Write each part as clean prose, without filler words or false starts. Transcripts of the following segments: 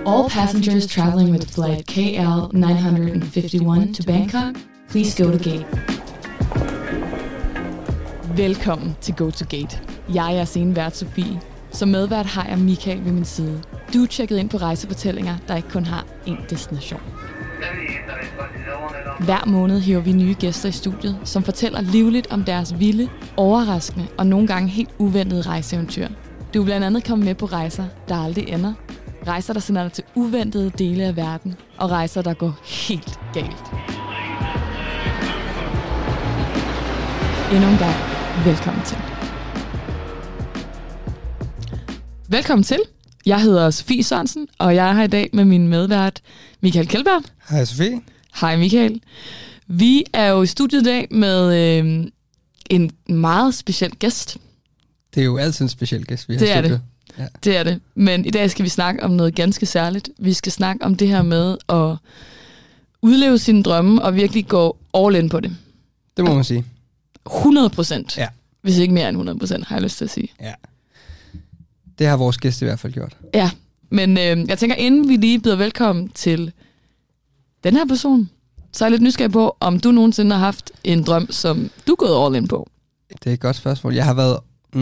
All passengers traveling with flight KL 951 to Bangkok, please go to gate. Velkommen til Go to Gate. Jeg er jeres ene vært, Sofie. Som medvært har jeg Michael ved min side. Du er tjekket ind på rejsefortællinger, der ikke kun har én destination. Hver måned hiver vi nye gæster i studiet, som fortæller livligt om deres vilde, overraskende og nogle gange helt uventede rejseeventyr. Du er blandt andet kommet med på rejser, der aldrig ender. Rejser, der sender dig til uventede dele af verden. Og rejser, der går helt galt. Endnu en gang, velkommen til. Velkommen til. Jeg hedder Sofie Sørensen, og jeg er her i dag med min medvært, Michael Kjeldberg. Hej Sofie. Hej Michael. Vi er jo i studiet i dag med en meget speciel gæst. Det er jo altid en speciel gæst, vi har det er studiet. Ja. Det er det. Men i dag skal vi snakke om noget ganske særligt. Vi skal snakke om det her med at udleve sine drømme og virkelig gå all in på det. Det må man sige. 100%. Ja. Hvis ikke mere end 100%, har jeg lyst til at sige. Ja. Det har vores gæst i hvert fald gjort. Ja, men jeg tænker, inden vi lige byder velkommen til den her person, så er jeg lidt nysgerrig på, om du nogensinde har haft en drøm, som du er gået all in på. Det er et godt spørgsmål. Jeg har været...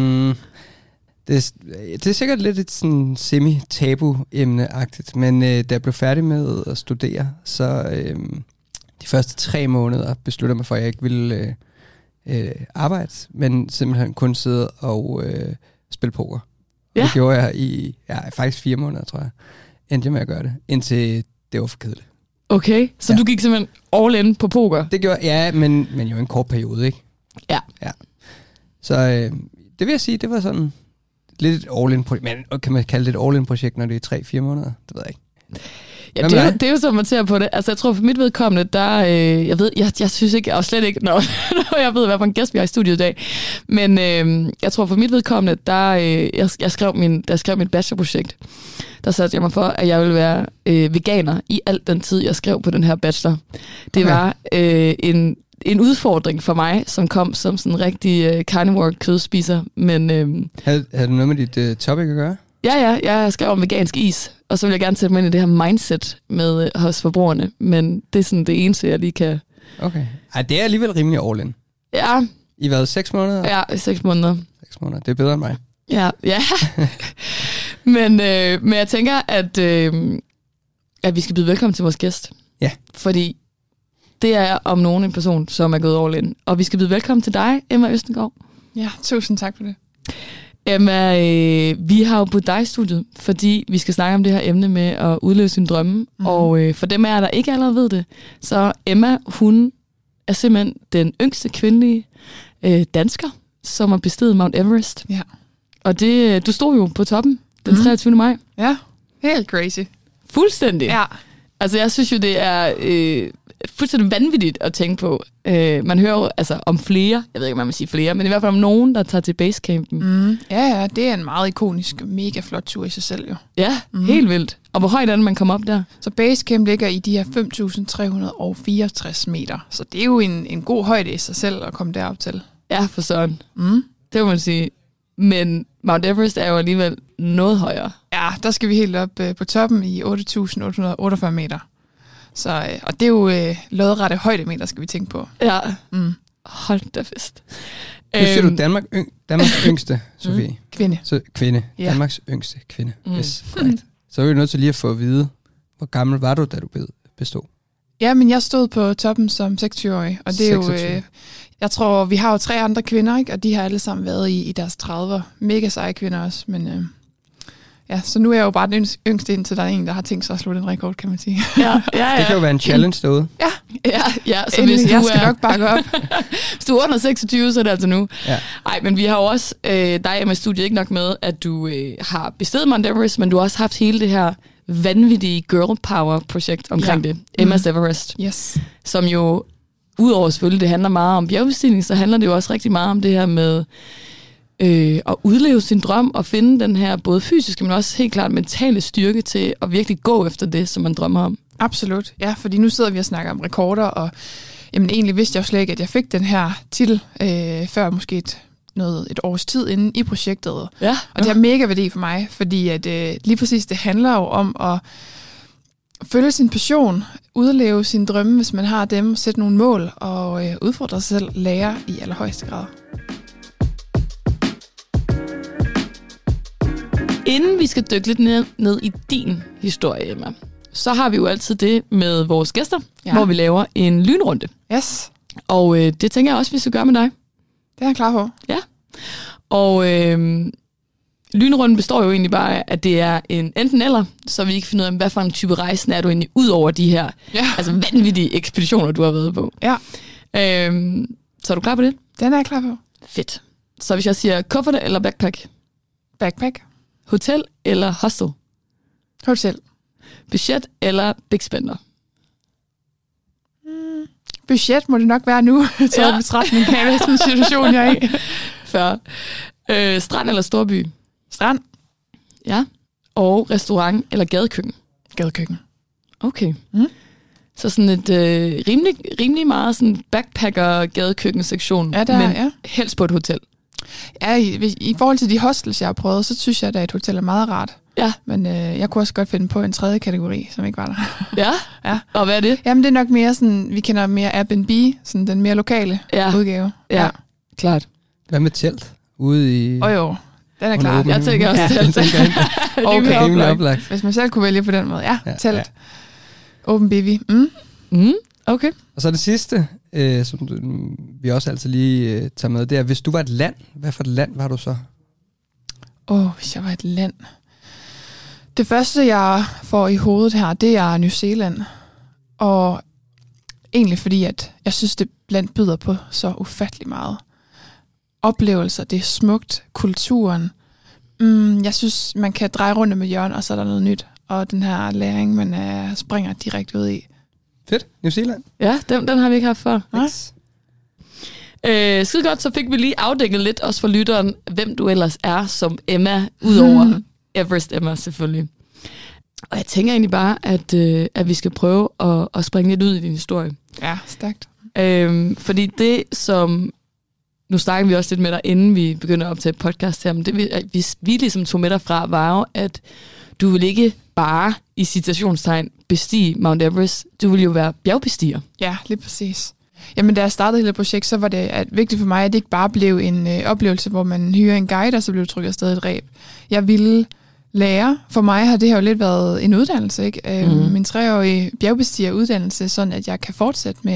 Det er sikkert lidt et sådan semi-tabu-emne-agtigt, men da jeg blev færdig med at studere, så de første 3 måneder besluttede jeg mig for, at jeg ikke ville arbejde, men simpelthen kun sidde og spille poker. Ja. Det gjorde jeg i faktisk 4 måneder, tror jeg. Endte jeg med at gøre det, indtil det var for kedeligt. Okay, så du gik simpelthen all in på poker? Det gjorde jeg, men jo en kort periode, ikke? Ja. Så det vil jeg sige, det var sådan lidt et all-in-projekt. Men kan man kalde det et all-in-projekt, når det er 3-4 måneder? Det ved jeg ikke. Ja, det er jo som man ser på det. Altså, jeg tror for mit vedkommende, der... jeg synes ikke, og slet ikke, når jeg ved, hvad for en gæst vi har i studiet i dag. Men jeg tror for mit vedkommende, der jeg skrev mit bachelorprojekt, der satte jeg mig for, at jeg ville være veganer i al den tid, jeg skrev på den her bachelor. Det var en udfordring for mig, som kom som sådan en rigtig carnivore kødspiser. Men, havde du noget med dit topic at gøre? Ja, jeg skrev om vegansk is, og så vil jeg gerne sætte mig ind i det her mindset med hos forbrugerne, men det er sådan det eneste, jeg lige kan... Okay. Ej, det er alligevel rimelig all in. Ja. I hvad, 6 måneder? Ja, 6 måneder. 6 måneder, det er bedre end mig. Ja. men jeg tænker, at vi skal byde velkommen til vores gæst. Ja. Fordi det er om nogen en person, som er gået all in. Og vi skal byde velkommen til dig, Emma Østengård. Ja, tusind tak for det. Emma, vi har jo på dig i studiet, fordi vi skal snakke om det her emne med at udleve sine drømme. Mm-hmm. Og for dem af jer, der ikke allerede ved det, så Emma, hun er simpelthen den yngste kvindelige dansker, som har besteget Mount Everest. Ja. Og du stod jo på toppen den 23. maj. Ja, helt crazy. Fuldstændig. Ja. Altså, jeg synes jo, det er fuldstændig vanvittigt at tænke på. Man hører jo altså om flere, jeg ved ikke, om man vil sige flere, men i hvert fald om nogen, der tager til basecampen. Ja, det er en meget ikonisk, mega flot tur i sig selv jo. Ja, helt vildt. Og hvor højt er det, man kommer op der? Så basecamp ligger i de her 5.364 meter. Så det er jo en god højde i sig selv at komme derop til. Ja, for sådan. Det må man sige. Men Mount Everest er jo alligevel noget højere. Ja, der skal vi helt op på toppen i 8.848 meter. Så, og det er jo lodrette højdemeter, skal vi tænke på. Ja, hold da fest. Nu siger du Danmarks yngste, Sofie. Kvinde. Så kvinde. Ja. Danmarks yngste kvinde. Yes, så er vi nødt til lige at få at vide, hvor gammel var du, da du bestod? Ja, men jeg stod på toppen som 26-årig, og det er 26. Jo... jeg tror, vi har jo 3 andre kvinder, ikke? Og de har alle sammen været i deres 30'er. Mega seje kvinder også, men... Ja, så nu er jeg jo bare den yngste, indtil der er en, der har tænkt sig at slå den rekord, kan man sige. Ja. Det kan jo være en challenge derude. Ja. Så hvis jeg skal nok bakke op. Hvis du er under 26, så er det altså nu. Ja. Ej, men vi har jo også dig med studiet, ikke nok med, at du har bestedet Mount Everest, men du har også haft hele det her vanvittige girl power projekt omkring det. Emma's Everest. Yes. Som jo, udover selvfølgelig, det handler meget om bjergbestigning, så handler det jo også rigtig meget om det her med at udleve sin drøm og finde den her både fysiske, men også helt klart mentale styrke til at virkelig gå efter det, som man drømmer om. Absolut, ja, fordi nu sidder vi og snakker om rekorder, og jamen, egentlig vidste jeg jo slet ikke, at jeg fik den her titel før måske et års tid inde i projektet. Ja. Og det har mega værdi for mig, fordi at lige præcis det handler jo om at følge sin passion, udleve sine drømme, hvis man har dem, sætte nogle mål og udfordre sig selv, lære i allerhøjeste grad. Inden vi skal dykke lidt ned i din historie, Emma, så har vi jo altid det med vores gæster, hvor vi laver en lynrunde. Yes. Og det tænker jeg også, vi skal gøre med dig. Det er jeg klar på. Ja. Og lynrunden består jo egentlig bare af, at det er en enten eller, så vi ikke finder ud af, hvad for en type rejsen er du egentlig ud over de her altså vanvittige ekspeditioner, du har været på. Ja. Så er du klar på det? Den er jeg klar på. Fedt. Så hvis jeg siger kuffert eller backpack? Backpack. Hotel eller hostel? Hotel. Budget eller big spender? Budget må det nok være nu, så betragtning kan være sådan en situation, jeg er i. Før. Strand eller storby? Strand. Ja. Og restaurant eller gadekøkken? Gadekøkken. Okay. Så sådan et rimelig meget sådan backpacker-gadekøkken-sektion, men helst på et hotel. Ja, i forhold til de hostels, jeg har prøvet, så synes jeg, at et hotel er meget rart. Ja. Men jeg kunne også godt finde på en tredje kategori, som ikke var der. Ja? Og hvad er det? Jamen, det er nok mere sådan, vi kender mere Airbnb, sådan den mere lokale udgave. Ja, klart. Hvad med telt? Ude i... Jo, den er klart. Jeg tænker også telt. Okay, oplagt. Hvis man selv kunne vælge på den måde. Ja, telt. Ja. Open BV. Okay. Og så det sidste, som vi også altid lige tager med, det er, hvis du var et land, hvad for et land var du så? Hvis jeg var et land. Det første, jeg får i hovedet her, det er New Zealand. Og egentlig fordi, at jeg synes, det land byder på så ufattelig meget. Oplevelser, det er smukt, kulturen. Jeg synes, man kan dreje rundt med hjørnet, og så er der noget nyt. Og den her læring, man springer direkte ud i. Fedt, New Zealand. Ja, den har vi ikke haft før. Skide godt, så fik vi lige afdækket lidt, også for lytteren, hvem du ellers er som Emma, udover Everest Emma selvfølgelig. Og jeg tænker egentlig bare, at vi skal prøve at springe lidt ud i din historie. Ja, stærkt. Fordi det, som... Nu snakker vi også lidt med dig, inden vi begynder at optage podcast her, men det vi ligesom tog med dig fra, var jo, at du vil ikke bare i citationstegn bestige Mount Everest. Du vil jo være bjergbestiger. Ja, lige præcis. Jamen, da jeg startede hele projekt, så var det vigtigt for mig, at det ikke bare blev en oplevelse, hvor man hyrer en guide, og så blev trykket afsted et reb. Jeg ville lære. For mig har det her jo lidt været en uddannelse, ikke? Min 3-årige bjergbestigeruddannelse, sådan at jeg kan fortsætte med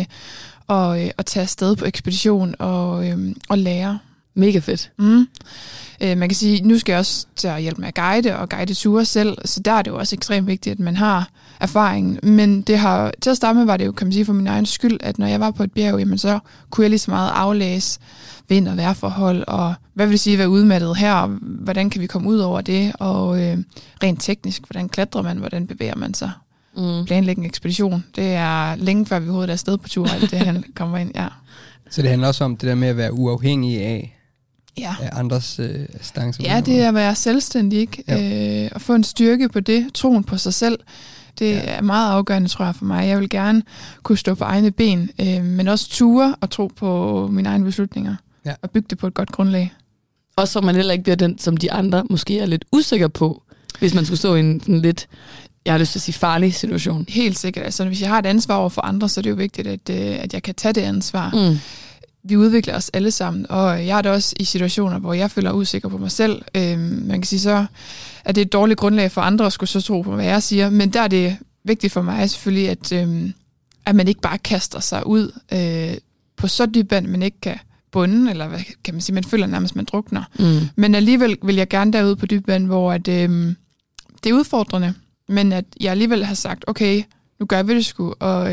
at tage afsted på ekspedition og lære. Mega fedt. Man kan sige, nu skal jeg også til at hjælpe med at guide og guide ture selv, så der er det jo også ekstremt vigtigt, at man har erfaringen. Men til at starte med var det jo, kan man sige, for min egen skyld, at når jeg var på et bjerg, jamen, så kunne jeg lige så meget aflæse vind- og vejrforhold, og hvad vil det sige at være udmattet her, og hvordan kan vi komme ud over det, og rent teknisk, hvordan klatrer man, hvordan bevæger man sig. Planlægge en ekspedition. Det er længe før vi overhovedet er afsted på tur, alt det han kommer ind, ja. Så det handler også om det der med at være uafhængig af andres assistance? Ja, det er at være selvstændig, ikke? Og få en styrke på det, troen på sig selv. Det er meget afgørende, tror jeg, for mig. Jeg vil gerne kunne stå på egne ben, men også ture og tro på mine egne beslutninger, og bygge det på et godt grundlag. Også så man heller ikke bliver den, som de andre måske er lidt usikker på, hvis man skulle stå i en lidt, jeg har lyst til at sige, farlig situation. Helt sikkert. Altså, hvis jeg har et ansvar over for andre, så er det jo vigtigt, at jeg kan tage det ansvar. Vi udvikler os alle sammen, og jeg er da også i situationer, hvor jeg føler usikker på mig selv. Man kan sige så, at det er et dårligt grundlag for andre at skulle så tro på, hvad jeg siger, men der er det vigtigt for mig selvfølgelig, at man ikke bare kaster sig ud på så dybt vand, man ikke kan bunde, eller hvad kan man sige, man føler nærmest, man drukner. Men alligevel vil jeg gerne derud på dybt vand, hvor det er udfordrende, men at jeg alligevel har sagt, okay, nu gør vi det sgu, og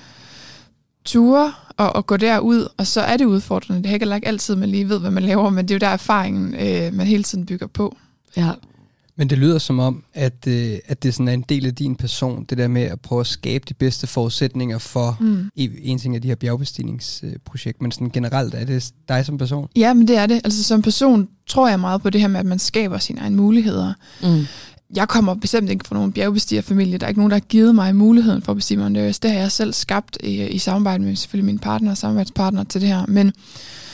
ture og gå derud, og så er det udfordrende. Det er ikke altid, man lige ved, hvad man laver, men det er jo der erfaringen, man hele tiden bygger på. Ja. Men det lyder som om, at det sådan er en del af din person, det der med at prøve at skabe de bedste forudsætninger for en ting af de her bjergbestigningsprojekt, men sådan generelt er det dig som person? Ja, men det er det. Altså som person tror jeg meget på det her med, at man skaber sine egne muligheder. Jeg kommer bestemt ikke fra nogen bjergbestigerfamilie. Der er ikke nogen, der har givet mig muligheden for at bestige Mount Everest. Det har jeg selv skabt i samarbejde med selvfølgelig mine partner og samarbejdspartner til det her. Men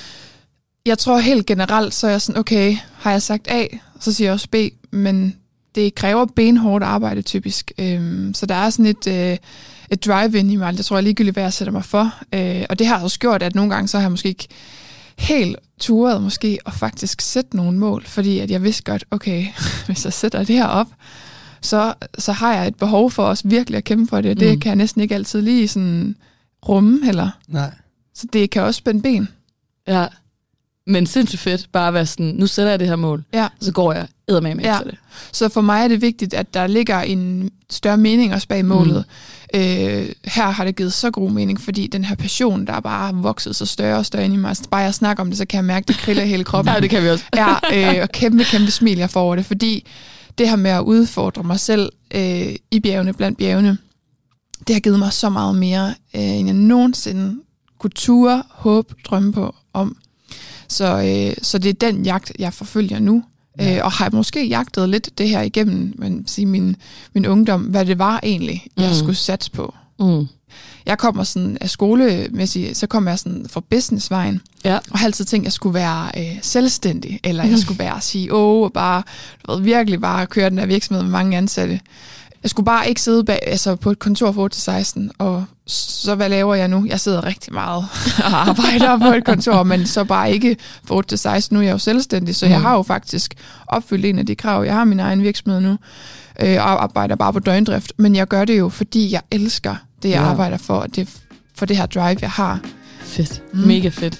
jeg tror helt generelt, så er jeg sådan, okay, har jeg sagt A, så siger jeg også B, men det kræver benhårdt arbejde typisk. Så der er sådan et drive-in i mig, det tror jeg ligegyldigt, hvad jeg sætter mig for. Og det har også gjort, at nogle gange så har jeg måske ikke helt turet måske at faktisk sætte nogle mål, fordi at jeg vidste godt, okay, hvis jeg sætter det her op, så har jeg et behov for også virkelig at kæmpe for det, og det kan jeg næsten ikke altid lige sådan rumme heller. Nej. Så det kan også spænde ben. Ja, men sindssygt fedt bare at være sådan, nu sætter jeg det her mål, og så går jeg eddermame efter det. Så for mig er det vigtigt, at der ligger en større mening også bag målet. Her har det givet så god mening, fordi den her passion, der er bare vokset så større og større ind i mig. Bare jeg snakker om det, så kan jeg mærke, det kriller i hele kroppen. Ja, det kan vi også. Og kæmpe smil jeg får over det, fordi det her med at udfordre mig selv i bjergene, blandt bjergene, det har givet mig så meget mere, end jeg nogensinde kunne ture, håbe, drømme på om. Så det er den jagt, jeg forfølger nu. Og har måske jagtet lidt det her igennem min ungdom, hvad det var egentlig, jeg skulle satse på. Jeg kommer sådan af skolemæssigt, så kommer jeg sådan fra businessvejen, og har altid tænkt, at jeg skulle være selvstændig, eller jeg skulle være CEO, og bare virkelig bare køre den her virksomhed med mange ansatte. Jeg skulle bare ikke sidde på et kontor fra 8-16, og så hvad laver jeg nu? Jeg sidder rigtig meget og arbejder på et kontor, men så bare ikke fra 8-16. Nu er jeg jo selvstændig, så jeg har jo faktisk opfyldt en af de krav. Jeg har min egen virksomhed nu, og arbejder bare på døgndrift, men jeg gør det jo, fordi jeg elsker det, jeg arbejder for, og det, for det her drive, jeg har. Fedt. Mega fedt.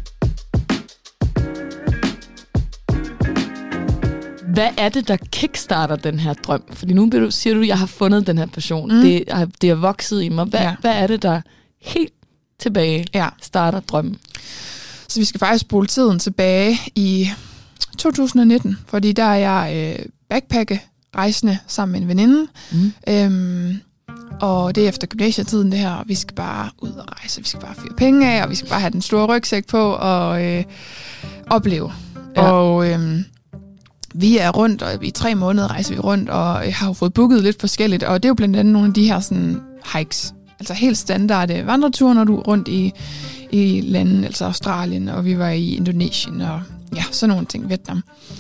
Hvad er det, der kickstarter den her drøm? Fordi nu siger du, at jeg har fundet den her passion. Det er vokset i mig. Hvad er det, der helt tilbage starter drømmen? Så vi skal faktisk spole tiden tilbage i 2019, fordi der er jeg backpacke-rejsende sammen med en veninde. Og det er efter gymnasietiden det her, og vi skal bare ud og rejse, vi skal bare fyre penge af, og vi skal bare have den store rygsæk på og opleve. Ja. Og vi er rundt, og i 3 måneder rejser vi rundt, og har jo fået booket lidt forskelligt, og det er jo blandt andet nogle af de her sådan hikes, altså helt standarde vandreture, når du er rundt i lande, altså Australien, og vi var i Indonesien, og sådan nogle ting, Vietnam.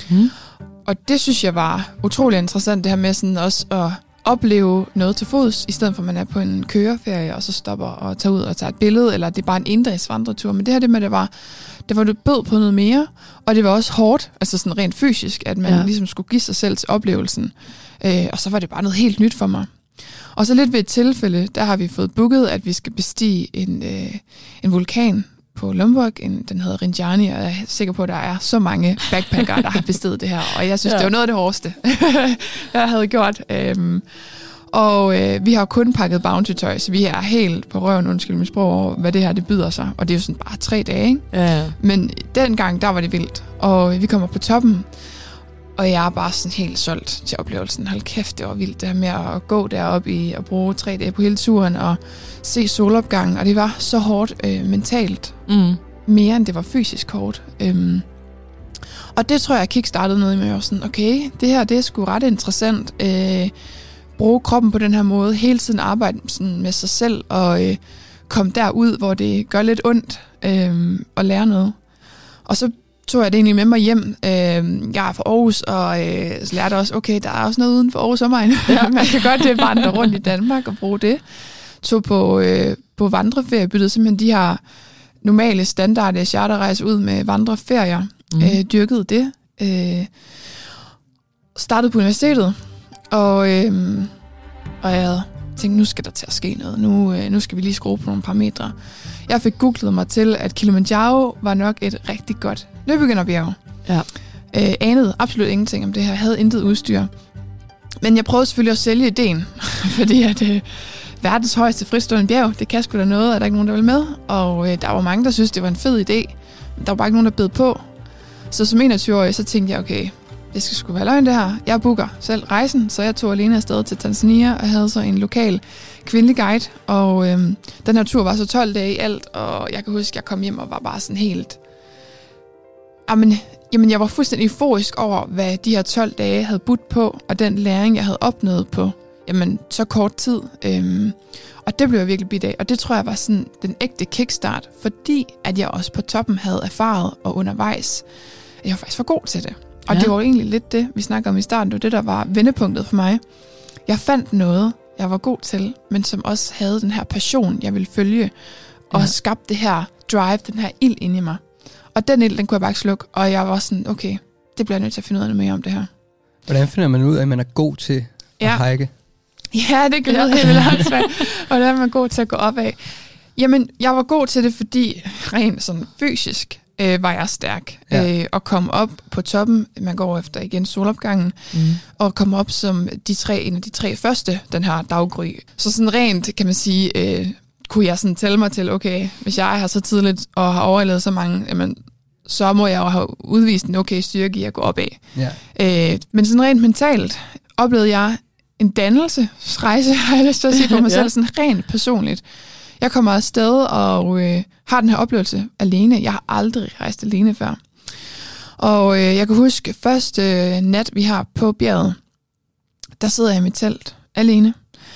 Og det synes jeg var utrolig interessant, det her med sådan også at opleve noget til fods, i stedet for at man er på en køreferie, og så stopper og tager ud og tager et billede, eller det er bare en endags vandretur. Men det her, det med, det var det bød på noget mere, og det var også hårdt, altså sådan rent fysisk, at man ligesom skulle give sig selv til oplevelsen. Og så var det bare noget helt nyt for mig. Og så lidt ved et tilfælde, der har vi fået booket, at vi skal bestige en vulkan på Lombok, den hedder Rinjani, og jeg er sikker på, at der er så mange backpackere, der har besteget det her, og jeg synes, det var noget af det hårdeste, jeg havde gjort. Og vi har kun pakket bounty-tøj, så vi er helt på røven, undskyld mit sprog, over, hvad det her det byder sig, og det er jo sådan bare 3 dage, ikke? Ja. Men dengang, der var det vildt, og vi kommer på toppen, og jeg er bare sådan helt solgt til oplevelsen. Hold kæft, det var vildt det her med at gå deroppe i at bruge 3 dage på hele turen og se solopgangen. Og det var så hårdt mentalt. Mere end det var fysisk hårdt. Og det tror jeg kickstartede noget med, at sådan, okay, det her det er sgu ret interessant. Bruge kroppen på den her måde. Hele tiden arbejde sådan med sig selv og komme derud, hvor det gør lidt ondt og lære noget. Og så tog jeg det egentlig med mig hjem. Jeg er fra Aarhus, og så lærte også, okay, der er også noget uden for Aarhus omegn. Man kan godt vandre rundt i Danmark og bruge det. Tog på vandreferie, byttede simpelthen de her normale standarde charterrejse ud med vandreferier. Dyrkede det. Startede på universitetet, og jeg tænkte, nu skal der til at ske noget. Nu skal vi lige skrue på nogle parametre. Jeg fik googlet mig til, at Kilimanjaro var nok et rigtig godt nybegynderbjerg. Ja. Anede absolut ingenting om det her. Havde intet udstyr. Men jeg prøvede selvfølgelig at sælge ideen, fordi at verdens højeste fristående bjerg, det kan sgu da noget, at der ikke nogen, der vil med. Og der var mange, der synes det var en fed idé. Men der var bare ikke nogen, der bed på. Så som 21-årig, så tænkte jeg, okay, det skal sgu være løgn det her. Jeg booker selv rejsen, så jeg tog alene afsted til Tanzania og havde så en lokal kvindelig guide. Og den her tur var så 12 dage i alt, og jeg kan huske, at jeg kom hjem og var bare sådan helt... Jamen, jeg var fuldstændig euforisk over, hvad de her 12 dage havde budt på, og den læring, jeg havde opnået på så kort tid. Og det blev jeg virkelig bidt af, og det tror jeg var sådan den ægte kickstart, fordi at jeg også på toppen havde erfaret og undervejs, at jeg var faktisk for god til det. Og det var jo egentlig lidt det, vi snakkede om i starten. Det var det, der var vendepunktet for mig. Jeg fandt noget, jeg var god til, men som også havde den her passion, jeg ville følge, og skabte det her drive, den her ild inde i mig. Og den ild, den kunne jeg bare ikke slukke, og jeg var sådan, okay, det bliver jeg nødt til at finde ud af noget mere om det her. Hvordan finder man ud af, at man er god til at hike? Ja, det kan lyde helt vildt svært. Hvordan er man god til at gå op af? Jamen, jeg var god til det, fordi rent sådan fysisk var jeg stærk. Og kom op på toppen, man går efter igen solopgangen, og kom op som en af de tre første, den her daggry. Så sådan rent, kan man sige, kunne jeg sådan tælle mig til, okay, hvis jeg har så tidligt og har overlevet så mange, jamen, så må jeg jo have udvist en okay styrke i at gå op af. Ja. Men sådan rent mentalt oplevede jeg en dannelsesrejse, har jeg lyst til at sige for mig selv, sådan rent personligt. Jeg kommer afsted og har den her oplevelse alene. Jeg har aldrig rejst alene før. Og jeg kan huske, første nat, vi har på bjerget, der sidder jeg i mit telt alene,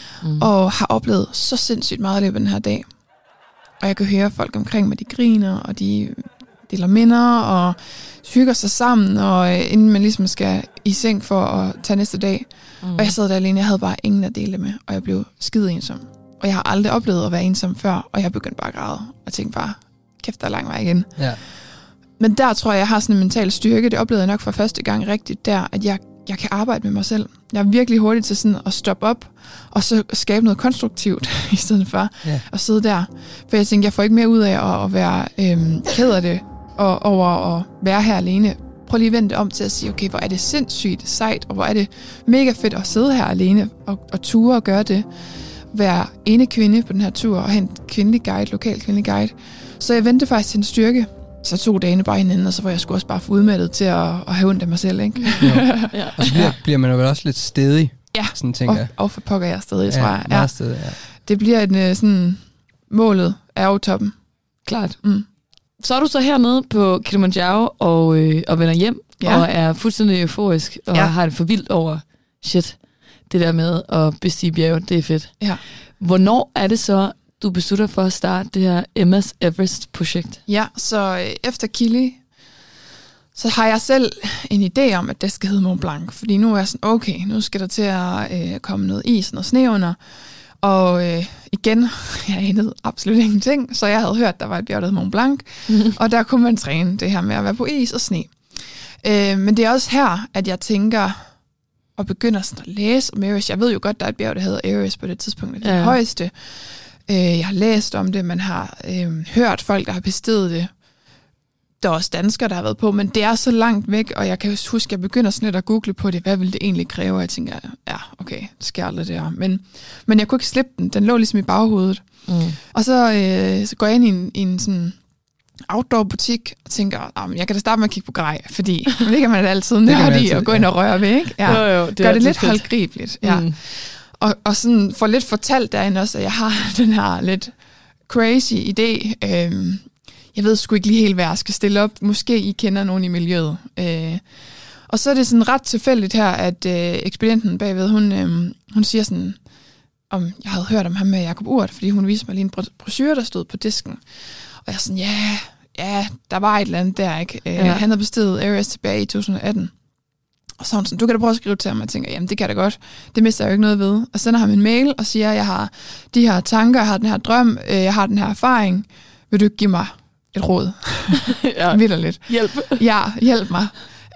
og har oplevet så sindssygt meget i løbet af den her dag. Og jeg kan høre folk omkring mig, de griner, og de deler minder, og hygger sig sammen, og inden man ligesom skal i seng for at tage næste dag. Og jeg sad der alene, jeg havde bare ingen at dele det med, og jeg blev skide ensom. Og jeg har aldrig oplevet at være ensom før, og jeg begyndte bare at græde, og tænkte bare, kæft, der er lang vej igen. Ja. Men der tror jeg har sådan en mental styrke, det oplevede jeg nok for første gang rigtigt der, at jeg kan arbejde med mig selv. Jeg er virkelig hurtig til sådan at stoppe op, og så skabe noget konstruktivt, i stedet for at sidde der. For jeg tænkte, jeg får ikke mere ud af at være ked af det, og over at være her alene. Prøv lige at vende det om til at sige, okay, hvor er det sindssygt sejt, og hvor er det mega fedt at sidde her alene, og ture og gøre det. Være ene kvinde på den her tur, og have en kvindelig guide, lokal kvindelig guide. Så jeg vendte faktisk til en styrke. Så 2 dage bare hinanden, og så var jeg sgu også bare for udmattet til at have ondt af mig selv, ikke? Ja. Og så bliver man jo vel også lidt stedig, sådan tænker jeg. Og for pokker jeg stedig, tror jeg. Ja, stedig, ja. Det bliver en sådan, målet er jo toppen. Klart. Så er du så hernede på Kilimanjaro og vender hjem, og er fuldstændig euforisk, og har det for vildt over, shit, det der med at bestige bjerge, det er fedt. Ja. Hvornår er det så, du beslutter for at starte det her Emma's Everest-projekt? Ja, så efter Kili, så har jeg selv en idé om, at det skal hedde Mont Blanc. Fordi nu er jeg sådan, okay, nu skal der til at komme noget is og sne under. Og igen, jeg anede absolut ingenting, så jeg havde hørt, at der var et bjerg, der hed Mont Blanc. Og der kunne man træne det her med at være på is og sne. Men det er også her, at jeg tænker og begynder sådan at læse om Everest. Jeg ved jo godt, der er et bjerg, der hedder Everest på det tidspunkt, det højeste. Jeg har læst om det, man har hørt folk, der har besteget det. Der er også danskere, der har været på, men det er så langt væk, og jeg kan huske, at jeg begynder sådan lidt at google på det. Hvad vil det egentlig kræve? Og jeg tænker, ja, okay, det sker aldrig det her. Men jeg kunne ikke slippe den. Den lå ligesom i baghovedet. Og så går jeg ind i en sådan outdoor-butik og tænker, jeg kan da starte med at kigge på grej, fordi det kan man altid nørdigt og gå ind og røre ved, ikke? Ja. Jo, det gør det lidt håndgribeligt. Ja. Og sådan får lidt fortalt derinde også, at jeg har den her lidt crazy idé. Jeg ved sgu ikke lige helt, hvad jeg skal stille op. Måske I kender nogen i miljøet. Og så er det sådan ret tilfældigt her, at ekspedienten bagved, hun siger sådan, om jeg havde hørt om ham med Jakob Urt, fordi hun viste mig lige en brochure, der stod på disken. Og jeg er sådan, ja, der var et eller andet der, ikke? Han havde besteget Everest tilbage i 2018. Og så sådan, du kan da prøve at skrive til ham, og jeg tænker, jamen det kan jeg da godt. Det mister jeg jo ikke noget ved. Og sender ham en mail og siger, jeg har de her tanker, jeg har den her drøm, jeg har den her erfaring. Vil du ikke give mig et råd? Vitterligt. Hjælp. Ja, hjælp mig.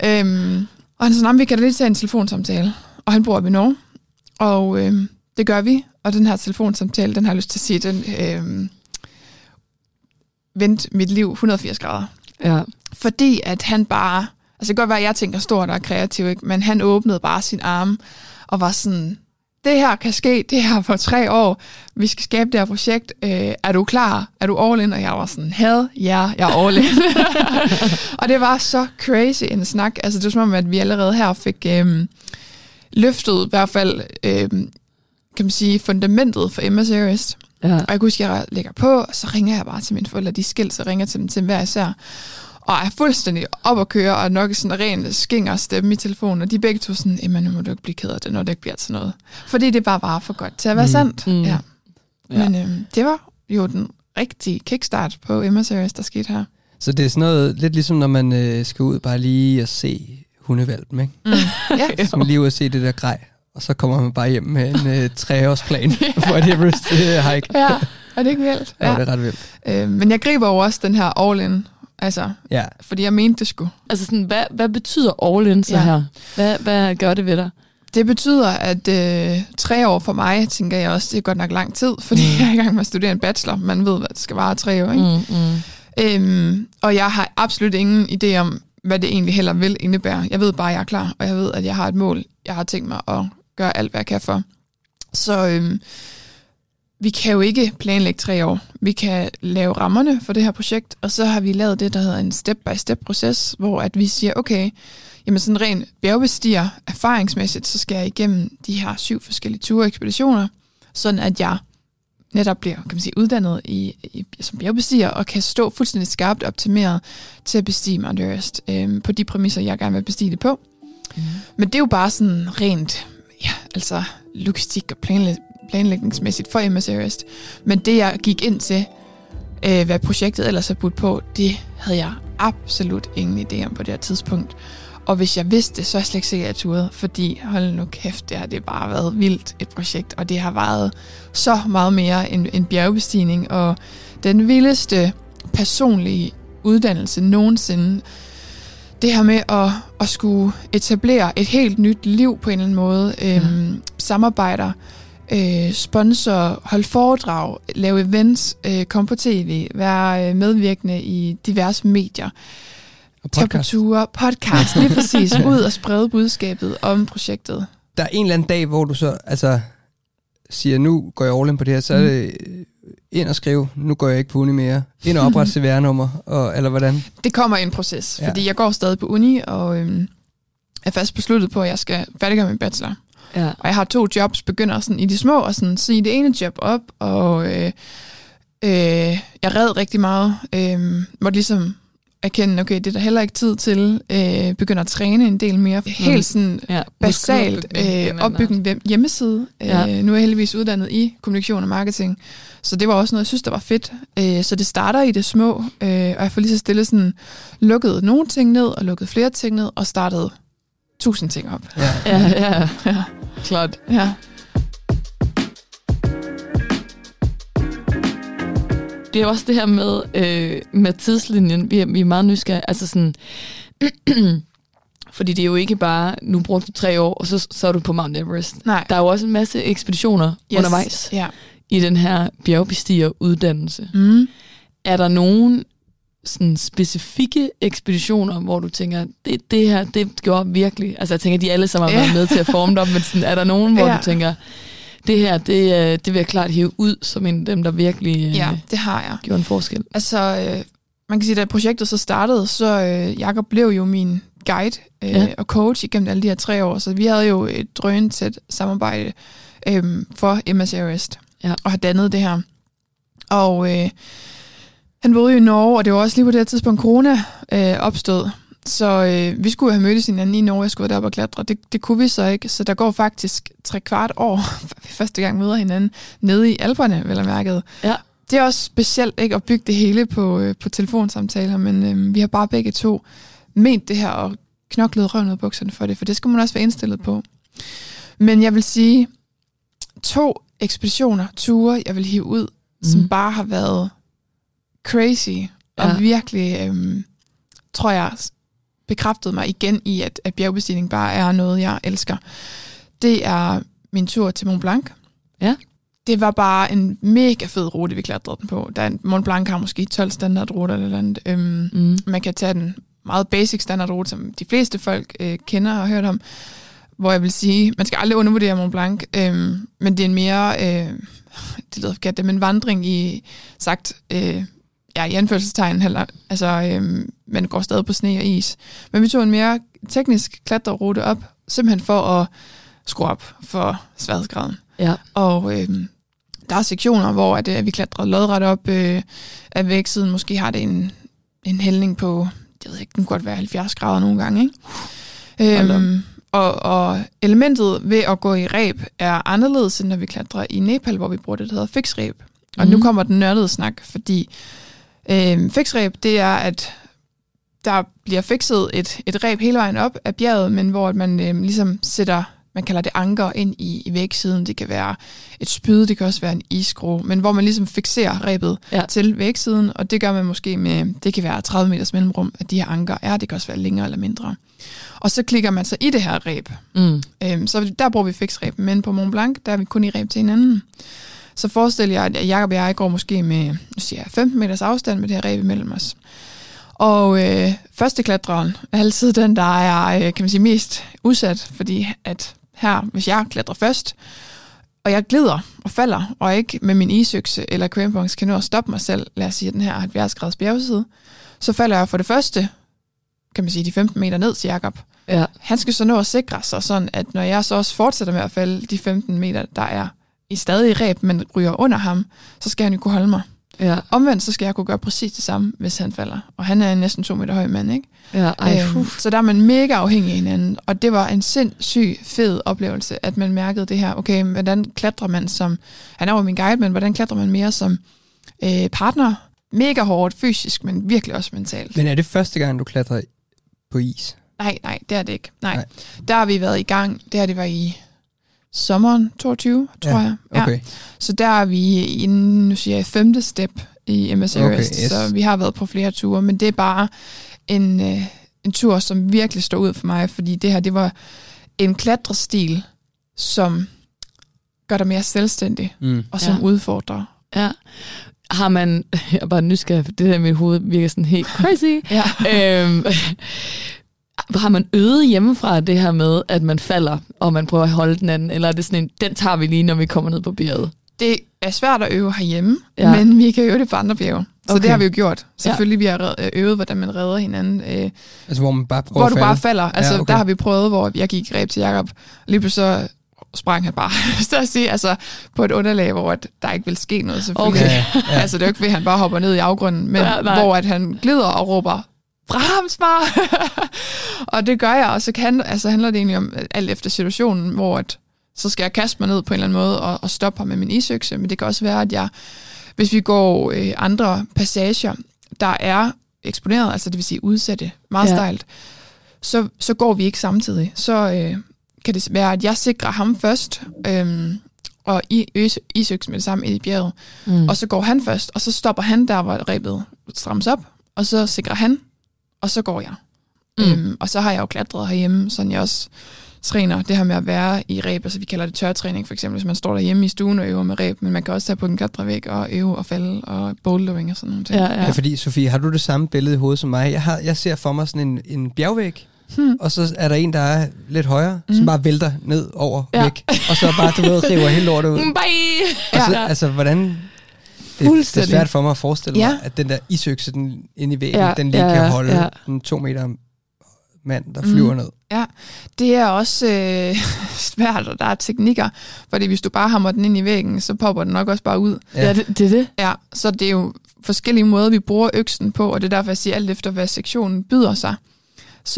Og han siger, vi kan da lige tage en telefonsamtale. Og han bor oppe i Norge. Og det gør vi. Og den her telefonsamtale, den har jeg lyst til at sige, den vendte mit liv 180 grader. Ja. Fordi at han bare... Altså det kan godt være, at jeg tænker stort og kreativ, ikke? Men han åbnede bare sin arme og var sådan, det her kan ske, det her for 3 år, vi skal skabe det her projekt, er du klar? Er du all in? Og jeg var sådan, jeg er all in. Og det var så crazy en snak, altså det var som om, at vi allerede her fik løftet i hvert fald, kan man sige, fundamentet for Emma's Everest. Ja. Og jeg kunne huske, at jeg lægger på, og så ringer jeg bare til mine forældre, de skilt, så ringer til dem til hver især. Og jeg er fuldstændig op at køre, og nok sådan ren skinger stemme i telefonen, og de begge to sådan, Emma, nu må du ikke blive ked af det, når det ikke bliver til noget. Fordi det bare var for godt til at være sandt. Ja. Men det var jo den rigtige kickstart på Emma's Everest, der skete her. Så det er sådan noget, lidt ligesom når man skal ud bare lige og se hundevalpen, ikke? Ja. Så man lige ud og se det der grej, og så kommer man bare hjem med en 3-årsplan for et Everest-hike. Ja, er det ikke vildt? Ja, det er ret vildt. Men jeg griber jo også den her all-in, altså, fordi jeg mente det sgu. Altså sådan, hvad betyder all-in så her? Hvad gør det ved dig? Det betyder, at 3 år for mig, tænker jeg også, det er godt nok lang tid, fordi jeg er i gang med at studere en bachelor. Man ved, hvad det skal vare 3 år, ikke? Og jeg har absolut ingen idé om, hvad det egentlig heller vil indebære. Jeg ved bare, at jeg er klar, og jeg ved, at jeg har et mål. Jeg har tænkt mig at gøre alt, hvad jeg kan for. Så vi kan jo ikke planlægge 3 år. Vi kan lave rammerne for det her projekt, og så har vi lavet det, der hedder en step-by-step-proces, hvor at vi siger, okay, jamen sådan ren bjergbestiger, erfaringsmæssigt, så skal jeg igennem de her 7 forskellige ture og ekspeditioner, sådan at jeg netop bliver, kan man sige, uddannet som bjergbestiger, og kan stå fuldstændig skarpt optimeret til at bestige Mount Everest, på de præmisser, jeg gerne vil bestige det på. Men det er jo bare sådan rent, altså logistik og planlægningsmæssigt for MS Everest. Men det, jeg gik ind til, hvad projektet ellers har budt på, det havde jeg absolut ingen idé om på det her tidspunkt. Og hvis jeg vidste det, så er jeg slet ikke sikker, at jeg turde, fordi hold nu kæft, det har det bare været vildt et projekt, og det har været så meget mere end bjergbestigning, og den vildeste personlige uddannelse nogensinde. Det her med at skulle etablere et helt nyt liv på en eller anden måde, samarbejder, sponsor, holde foredrag, lave events, komme på tv, være medvirkende i diverse medier, tage på ture, podcast, lige præcis, ud og sprede budskabet om projektet. Der er en eller anden dag, hvor du så siger, nu går jeg all in på det her, så er det ind og skrive, nu går jeg ikke på uni mere, ind og oprette CVR-nummer, eller hvordan? Det kommer i en proces, fordi jeg går stadig på uni, og er fast besluttet på, at jeg skal færdiggøre min bachelor. Ja. Og jeg har 2 jobs, begynder sådan i de små, og sådan sige det ene job op, og jeg red rigtig meget, måtte ligesom erkende, okay, det er der heller ikke tid til, begynder at træne en del mere, helt sådan basalt opbygning hjemmeside. Nu er jeg heldigvis uddannet i kommunikation og marketing, så det var også noget, jeg synes, der var fedt. Så det starter i det små, og jeg får lige så stille sådan lukket nogle ting ned, og lukket flere ting ned, og startet 1000 ting op. Ja. Klart. Ja. Det er også det her med tidslinjen, vi er meget nysgerrige. Altså sådan, fordi det er jo ikke bare, nu bruger du 3 år, og så er du på Mount Everest. Nej. Der er jo også en masse ekspeditioner undervejs i den her bjergbestigeruddannelse. Er der nogen sådan specifikke ekspeditioner, hvor du tænker, det her, det gjorde virkelig, altså jeg tænker, de alle sammen har været med til at forme det op, men sådan, er der nogen, hvor du tænker, det her, det vil jeg klart hive ud som en af dem, der virkelig det har jeg. Gjorde en forskel? Altså, man kan sige, da projektet så startede, så Jakob blev jo min guide og coach igennem alle de her 3 år, så vi havde jo et drøntæt samarbejde for MS Everest, og har dannet det her. Og han boede jo i Norge, og det var også lige på det her tidspunkt, corona opstod. Så vi skulle have mødtes hinanden i Norge, jeg skulle derop og klatre. Det kunne vi så ikke, så der går faktisk 3/4 år, før vi første gang møder hinanden, nede i Alperne, vel og mærket. Ja. Det er også specielt ikke at bygge det hele på telefonsamtaler, men vi har bare begge 2 ment det her og knoklet røven ud af bukserne for det skal man også være indstillet på. Men jeg vil sige, 2 ekspeditioner, ture, jeg vil hive ud, som bare har været crazy, og virkelig, tror jeg, bekræftede mig igen i, at bjergbestigning bare er noget, jeg elsker. Det er min tur til Mont Blanc. Ja. Det var bare en mega fed rute, vi klatrede den på. Mont Blanc har måske 12 standardruter eller andet. Man kan tage den meget basic standardrute, som de fleste folk kender og har hørt om, hvor jeg vil sige, man skal aldrig undervurdere Mont Blanc, men det er en mere, det lyder forkert, det er en vandring i sagt, i anførselstegn heller. Altså, man går stadig på sne og is. Men vi tog en mere teknisk klatterrute op, simpelthen for at skrue op for sværhedsgraden. Ja. Og der er sektioner, hvor at vi klatrer lodret op af vægsiden. Måske har det en hældning på, jeg ved ikke, den kunne godt være 70 grader nogle gange, ikke? Og elementet ved at gå i reb er anderledes, end når vi klatrer i Nepal, hvor vi bruger det, der hedder fiksreb. Og nu kommer den nørdede snak, fordi fiksreb, det er, at der bliver fikset et reb hele vejen op af bjerget, men hvor man ligesom sætter, man kalder det anker ind i vægsiden. Det kan være et spyd, det kan også være en isskrue, men hvor man ligesom fikserer rebet til vægsiden, og det gør man måske med, det kan være 30 meters mellemrum, at de her anker er, det kan også være længere eller mindre. Og så klikker man så i det her reb. Så der bruger vi fiksreb, men på Mont Blanc, der er vi kun i reb til hinanden. Så forestil jer, at Jakob og jeg går måske med 15 meters afstand med det her reb imellem os. Og første klatreren er altid den, der er, kan man sige, mest udsat, fordi at her, hvis jeg klatrer først, og jeg glider og falder, og ikke med min isøkse eller crampons kan nå at stoppe mig selv, lad os sige, den her 70 graders bjergside, så falder jeg for det første, kan man sige, de 15 meter ned til Jakob. Ja. Han skal så nå at sikre sig sådan, at når jeg så også fortsætter med at falde de 15 meter, der er i stadig reb, men ryger under ham, så skal han jo kunne holde mig. Ja. Omvendt, så skal jeg kunne gøre præcis det samme, hvis han falder. Og han er en næsten 2 meter høj mand, ikke? Ja, så der er man mega afhængig af hinanden. Og det var en sindssyg fed oplevelse, at man mærkede det her. Okay, hvordan klatrer man som... Han er jo min guide, men hvordan klatrer man mere som partner? Mega hårdt fysisk, men virkelig også mentalt. Men er det første gang, du klatrer på is? Nej, det er det ikke. Nej. Der har vi været i gang. Det var i sommeren 22, tror jeg. Okay. Ja. Så der er vi i, nu siger jeg, 5. step i MS Everest. Okay, yes. Så vi har været på flere ture, men det er bare en tur, som virkelig står ud for mig, fordi det her, det var en klatrestil, som gør dig mere selvstændig, og som udfordrer. Ja. Har man, jeg er bare nysgerrig, for det her i mit hoved virker sådan helt crazy. Har man øvet hjemmefra det her med, at man falder, og man prøver at holde den anden, eller er det sådan en, den tager vi lige, når vi kommer ned på bjerget? Det er svært at øve herhjemme, men vi kan øve det på andre bjerge. Så det har vi jo gjort. Selvfølgelig vi har øvet, hvordan man redder hinanden. Altså hvor man bare prøver hvor du bare falder. Altså der har vi prøvet, hvor jeg gik i greb til Jakob, og lige pludselig så sprang han bare, så at sige, altså på et underlag, hvor der ikke vil ske noget selvfølgelig. Okay. Altså det er jo ikke ved, at han bare hopper ned i afgrunden, men hvor at han glider og råber, brams mig! Og det gør jeg, og så handler det egentlig om alt efter situationen, hvor at, så skal jeg kaste mig ned på en eller anden måde og stoppe ham med min isøkse, men det kan også være, at jeg, hvis vi går andre passager, der er eksponeret, altså det vil sige udsatte, meget stejlt, så går vi ikke samtidig. Så kan det være, at jeg sikrer ham først, og isøkse med det samme i bjerget, og så går han først, og så stopper han der, hvor rebet strammes op, og så sikrer han, og så går jeg. Og så har jeg jo klatret herhjemme, så jeg også træner det her med at være i reb, altså vi kalder det tørtræning for eksempel, hvis man står derhjemme i stuen og øver med reb, men man kan også tage på en klatrevæg og øve og falde og bouldering og sådan noget. Ja, fordi Sofie, har du det samme billede i hovedet som mig? Jeg ser for mig sådan en bjergvæg, og så er der en, der er lidt højere, som bare vælter ned over væk, og så bare, du ved, river hele lortet ud. Bye! Og så, altså, hvordan... Det er svært for mig at forestille mig, at den der isøkse den inde i væggen, den lige kan holde en 2 meter mand, der flyver ned. Ja, det er også svært, og der er teknikker, fordi hvis du bare hammer den ind i væggen, så popper den nok også bare ud. Ja, det er det. Ja, så det er jo forskellige måder, vi bruger øksen på, og det er derfor, jeg siger alt efter, hvad sektionen byder sig. Så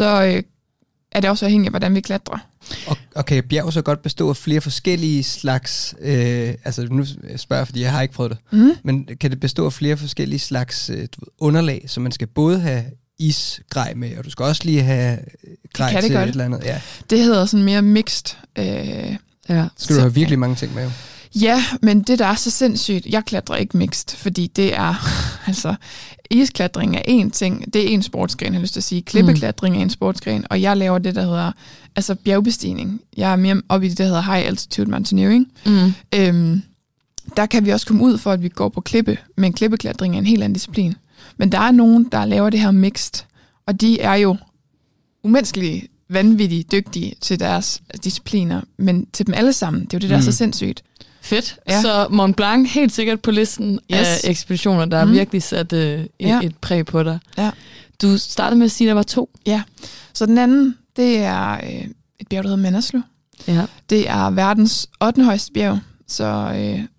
er det også afhængigt af, hvordan vi klatrer. Og kan bjerg så godt bestå af flere forskellige slags, altså nu spørger jeg, fordi jeg har ikke prøvet det, men kan det bestå af flere forskellige slags underlag, så man skal både have isgrej med, og du skal også lige have grej til et eller andet? Ja. Det hedder sådan mere mixed. Skal du have virkelig mange ting med jo? Ja, men det der er så sindssygt, jeg klatrer ikke mixed, fordi det er, altså, isklatring er en ting, det er en sportsgren, jeg har lyst til at sige. Klippeklatring er en sportsgren, og jeg laver det, der hedder, altså bjergbestigning. Jeg er mere oppe i det, der hedder high altitude mountaineering. Der kan vi også komme ud for, at vi går på klippe, men klippeklatring er en helt anden disciplin. Men der er nogen, der laver det her mixed, og de er jo umenneskeligt vanvittigt dygtige til deres discipliner, men til dem alle sammen, det er jo det, der er så sindssygt. Fedt. Ja. Så Mont Blanc helt sikkert på listen af ekspeditioner, der har virkelig sat et præg på dig. Ja. Du startede med at sige, at der var 2. Ja, så den anden, det er et bjerg, der hedder Manaslu. Ja. Det er verdens 8. højeste bjerg, så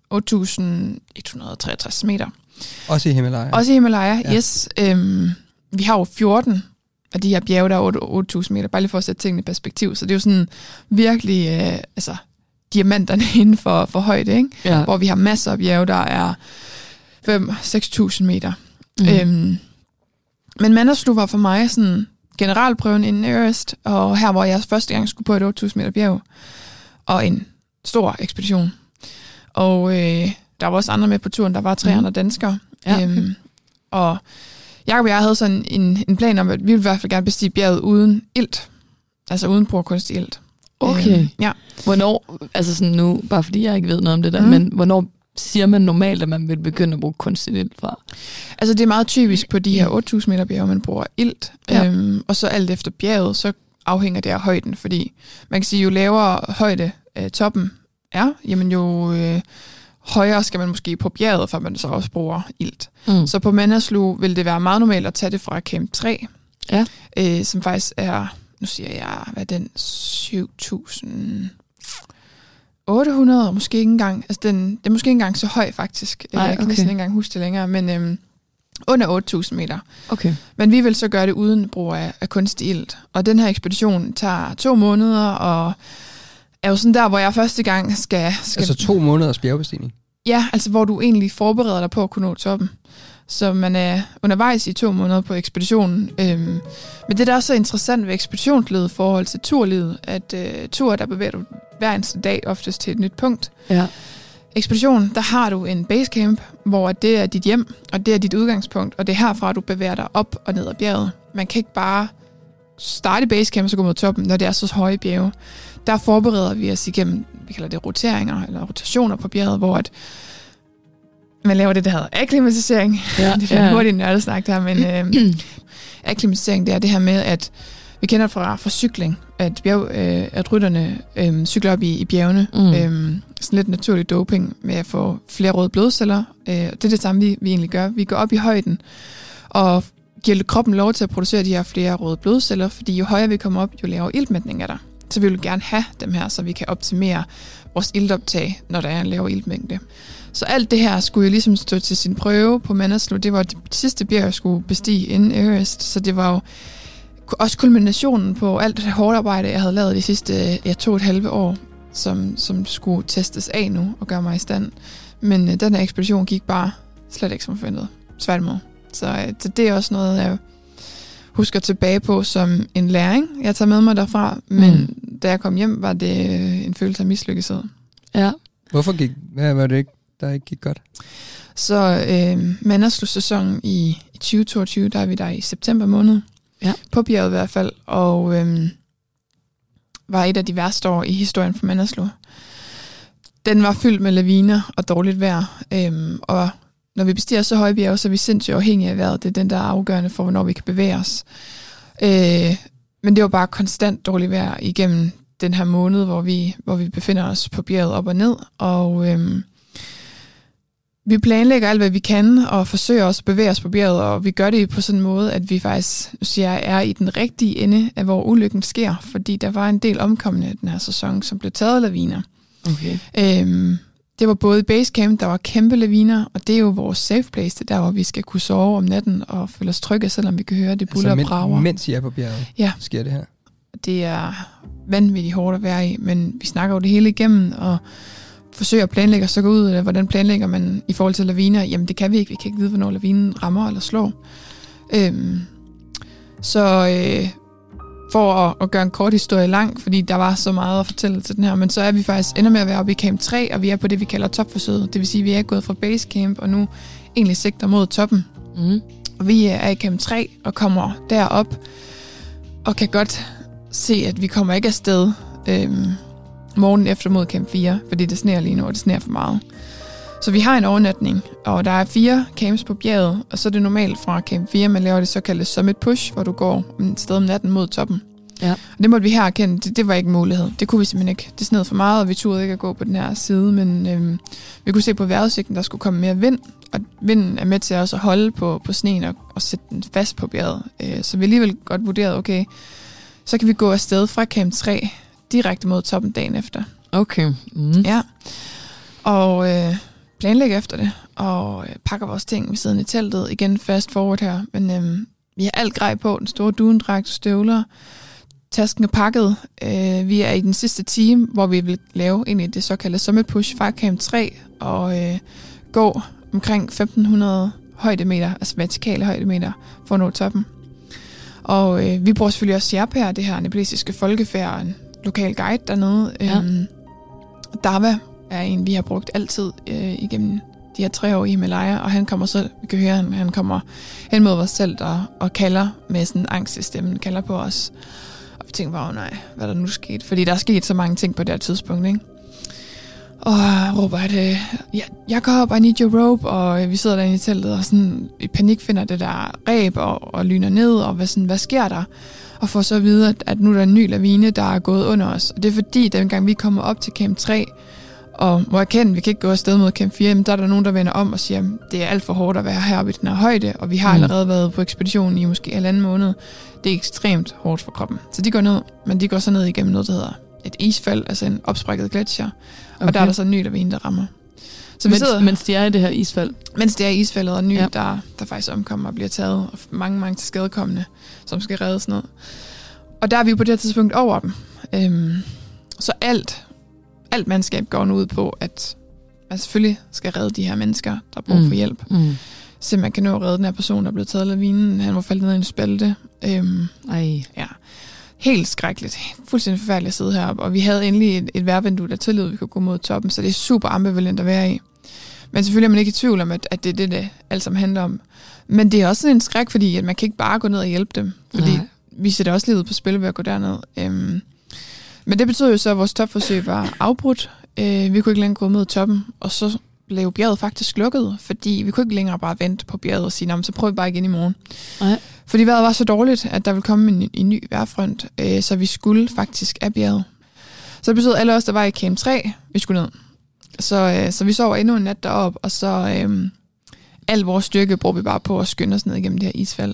8.163 meter. Også i Himalaya? Også i Himalaya, yes. Vi har jo 14 af de her bjerge, der er 8.000 meter, bare lige for at sætte tingene i perspektiv. Så det er jo sådan virkelig, diamanterne inden for højde, ikke? Ja. Hvor vi har masser af bjerge, der er 5-6.000 meter. Men Manderslu var for mig sådan generalprøven inden Everest, og her hvor jeg første gang skulle på et 8.000 meter bjerg, og en stor ekspedition. Og der var også andre med på turen, der var 3 andre danskere. Ja. Og Jacob og jeg havde sådan en plan om, at vi ville i hvert fald gerne bestige bjerget uden ilt. Altså uden brug af kunstig ilt. Okay. Ja. Hvornår, altså sådan nu, bare fordi jeg ikke ved noget om det der, men hvornår siger man normalt, at man vil begynde at bruge kunstig ilt fra? Altså det er meget typisk på de her 8.000 meter bjerge, man bruger ilt. Ja. Og så alt efter bjerget, så afhænger det af højden, fordi man kan sige, jo lavere højde toppen er, jamen jo højere skal man måske på bjerget, for man så også bruger ilt. Så på Manderslu vil det være meget normalt at tage det fra Camp 3, som faktisk er, nu siger jeg, hvad er den, 7.800, måske ikke engang, altså det er måske ikke engang så høj faktisk. Jeg kan næsten ikke engang huske det længere, men under 8.000 meter. Okay. Men vi vil så gøre det uden brug af kunstig ilt. Og den her ekspedition tager 2 måneder, og er jo sådan der, hvor jeg første gang skal... Altså 2 måneders bjergbestigning? Ja, altså hvor du egentlig forbereder dig på at kunne nå toppen. Så man er undervejs i 2 måneder på ekspeditionen. Men det, der er så interessant ved ekspeditionslivet i forhold til turlivet, at tur, der bevæger du hver eneste dag oftest til et nyt punkt. Ja. Ekspedition, der har du en basecamp, hvor det er dit hjem, og det er dit udgangspunkt, og det er herfra, du bevæger dig op og ned ad bjerget. Man kan ikke bare starte i basecamp og så gå mod toppen, når det er så høje bjerge. Der forbereder vi os igennem, vi kalder det roteringer, eller rotationer på bjerget, hvor at man laver det, der hedder akklimatisering. Ja, det er hurtigt nørdesnak der, men akklimatisering, det er det her med, at vi kender fra cykling, at rytterne cykler op i bjergene. Sådan lidt naturlig doping med at få flere røde blodceller. Det er det samme, vi egentlig gør. Vi går op i højden og giver kroppen lov til at producere de her flere røde blodceller, fordi jo højere vi kommer op, jo lavere iltmætning er der. Så vi vil gerne have dem her, så vi kan optimere vores iltoptag, når der er en lavere iltmængde. Så alt det her skulle jo ligesom stå til sin prøve på Manderslu. Det var det sidste bjerg, jeg skulle bestige inden Everest, så det var jo også kulminationen på alt det hårde arbejde, jeg havde lavet de sidste 2,5 år, som skulle testes af nu og gøre mig i stand. Men den her ekspedition gik bare slet ikke som forventet. Tværtimod. Så det er også noget, jeg husker tilbage på som en læring, jeg tager med mig derfra. Men da jeg kom hjem, var det en følelse af mislykkethed. Ja. Hvad var det ikke, der ikke gik godt? Så Manderslu-sæsonen i 2022, der er vi der i september måned. Ja. På bjerget i hvert fald, og var et af de værste år i historien for Manderslu. Den var fyldt med laviner og dårligt vejr, og når vi bestiger så høje bjerge, så er vi sindssygt afhængige af vejret. Det er den, der er afgørende for, hvornår vi kan bevæge os. Men det var bare konstant dårligt vejr igennem den her måned, hvor vi befinder os på bjerget op og ned, og vi planlægger alt, hvad vi kan, og forsøger også at bevæge os på bjerget, og vi gør det på sådan en måde, at vi faktisk, nu siger jeg, er i den rigtige ende af, hvor ulykken sker, fordi der var en del omkomne den her sæson, som blev taget af laviner. Okay. Det var både i basecamp, der var kæmpe laviner, og det er jo vores safe place, det der, hvor vi skal kunne sove om natten og føle os trygge, selvom vi kan høre det buller og brager. Mens I er på bjerget, sker det her? Det er vanvittigt hårdt at være i, men vi snakker jo det hele igennem, og forsøger at planlægge og så gå ud, eller hvordan planlægger man i forhold til laviner? Jamen det kan vi ikke. Vi kan ikke vide, hvornår lavinen rammer eller slår. For at gøre en kort historie lang, fordi der var så meget at fortælle til den her, men så er vi faktisk ender med at være oppe i Camp 3, og vi er på det, vi kalder topforsøget. Det vil sige, at vi er gået fra basecamp, og nu egentlig sigter mod toppen. Og vi er i Camp 3 og kommer derop, og kan godt se, at vi kommer ikke afsted morgen efter mod Camp 4, fordi det sneer lige nu, og det sneer for meget. Så vi har en overnatning, og der er 4 camps på bjerget, og så er det normalt fra Camp 4, man laver det såkaldte summit push, hvor du går et sted om natten mod toppen. Ja. Og det måtte vi her erkende, det var ikke en mulighed. Det kunne vi simpelthen ikke. Det sned for meget, og vi turde ikke at gå på den her side, men vi kunne se på vejrudsigten, der skulle komme mere vind, og vinden er med til også at holde på sneen og sætte den fast på bjerget. Så vi alligevel godt vurderede, okay, så kan vi gå afsted fra Camp 3 direkte mod toppen dagen efter. Okay. Ja. Og planlægger efter det, og pakker vores ting ved siden i teltet. Igen fast forward her, men vi har alt grej på, den store dundragt, støvler, tasken er pakket. Vi er i den sidste time, hvor vi vil lave egentlig det såkaldte summit push fra Camp 3, og gå omkring 1.500 højdemeter, altså vertikale højdemeter, for at nå toppen. Og vi bruger selvfølgelig også Sherpa, det her nepalesiske folkefærd, en lokal guide dernede. Ja. Dava er en, vi har brugt altid igennem de her 3 år i Himalaya, og han kommer så, vi kan høre, han kommer hen mod vores telt og kalder med sådan en angst i stemmen, kalder på os. Og vi tænker bare, nej, hvad er der nu sket? Fordi der er sket så mange ting på det her tidspunkt, ikke? Og råber, at Jakob, I need your rope, og vi sidder derinde i teltet og sådan i panik finder det der reb og lyner ned, og hvad sker der? Og får så at vide, at nu er der en ny lavine, der er gået under os. Og det er fordi, dengang vi kommer op til camp 3, og må erkende, vi kan ikke gå afsted mod camp 4, men der er der nogen, der vender om og siger, det er alt for hårdt at være heroppe i den her højde, og vi har allerede været på ekspedition i måske 1,5 måned. Det er ekstremt hårdt for kroppen. Så de går ned, men de går så ned igennem noget, der hedder et isfald, altså en opsprækket gletsjer. Okay. Og der er der så en ny lavine, der rammer. Så mens de er i det her isfald? Mens de er i isfaldet, og en ny, der faktisk omkommer og bliver taget, og mange til skadekommende, som skal reddes ned. Og der er vi jo på det her tidspunkt over dem. Så alt mandskab går nu ud på, at man selvfølgelig skal redde de her mennesker, der har brug for hjælp. Så man kan nå at redde den her person, der er blevet taget af lavinen. Han var faldet ned i en spalte. Ja. Helt skrækkeligt. Fuldstændig forfærdeligt at sidde heroppe. Og vi havde endelig et vejrvindue, der tillod, at vi kunne gå mod toppen, så det er super ambivalent at være i. Men selvfølgelig er man ikke i tvivl om, at det er det alt sammen handler om. Men det er også en skræk, fordi at man kan ikke bare gå ned og hjælpe dem. Fordi vi sætter også livet på spil ved at gå derned. Men det betød jo så, at vores topforsøg var afbrudt. Vi kunne ikke længere gå mod toppen, og så blev bjerget faktisk lukket, fordi vi kunne ikke længere bare vente på bjerget og sige, så prøver vi bare igen i morgen. Nej. Fordi vejret var så dårligt, at der ville komme en ny vejrfront, så vi skulle faktisk af bjerget. Så det betød, at alle os, der var i camp 3, vi skulle ned. Så vi sov endnu en nat deroppe, og så al vores styrke brugte vi bare på at skynde os ned igennem det her isfald.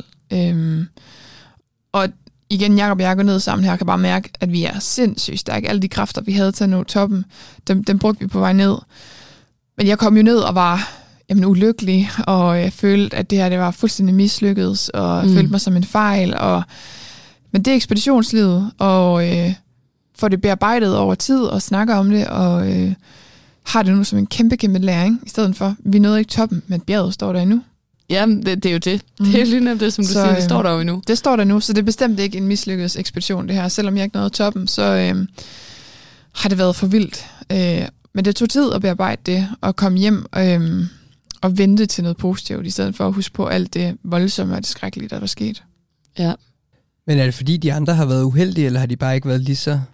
Og igen, Jakob og jeg går ned sammen her, kan bare mærke, at vi er sindssygt stærke. Alle de kræfter, vi havde til at nå toppen, dem brugte vi på vej ned. Men jeg kom jo ned og var ulykkelig, og jeg følte, at det her det var fuldstændig mislykket, og følte mig som en fejl. Men det er ekspeditionslivet, og får det bearbejdet over tid, og snakker om det, og har det nu som en kæmpe læring, i stedet for, vi nåede ikke toppen, men bjerget står der endnu. Ja, det er jo det. Det er lige nemt det, som du siger, det står der jo endnu. Det står der nu, så det er bestemt ikke en mislykket ekspedition, det her. Selvom jeg ikke nåede toppen, så har det været for vildt. Men det tog tid at bearbejde det, og komme hjem og vente til noget positivt, i stedet for at huske på alt det voldsomme og det skrækkelige, der var sket. Ja. Men er det fordi, de andre har været uheldige, eller har de bare ikke været lige så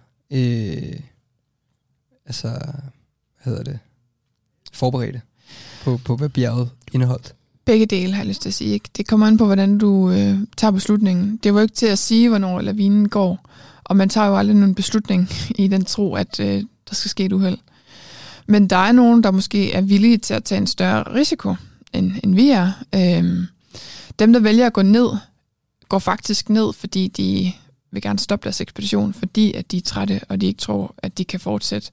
forberedte på hvad bjerget indeholdt? Begge dele, har jeg lyst til at sige. Ikke? Det kommer an på, hvordan du tager beslutningen. Det var ikke til at sige, hvornår lavinen går, og man tager jo aldrig nogen beslutning i den tro, at der skal ske et uheld. Men der er nogen, der måske er villige til at tage en større risiko, end vi er. Dem, der vælger at gå ned, går faktisk ned, fordi de vil gerne stoppe deres ekspedition, fordi at de er trætte, og de ikke tror, at de kan fortsætte.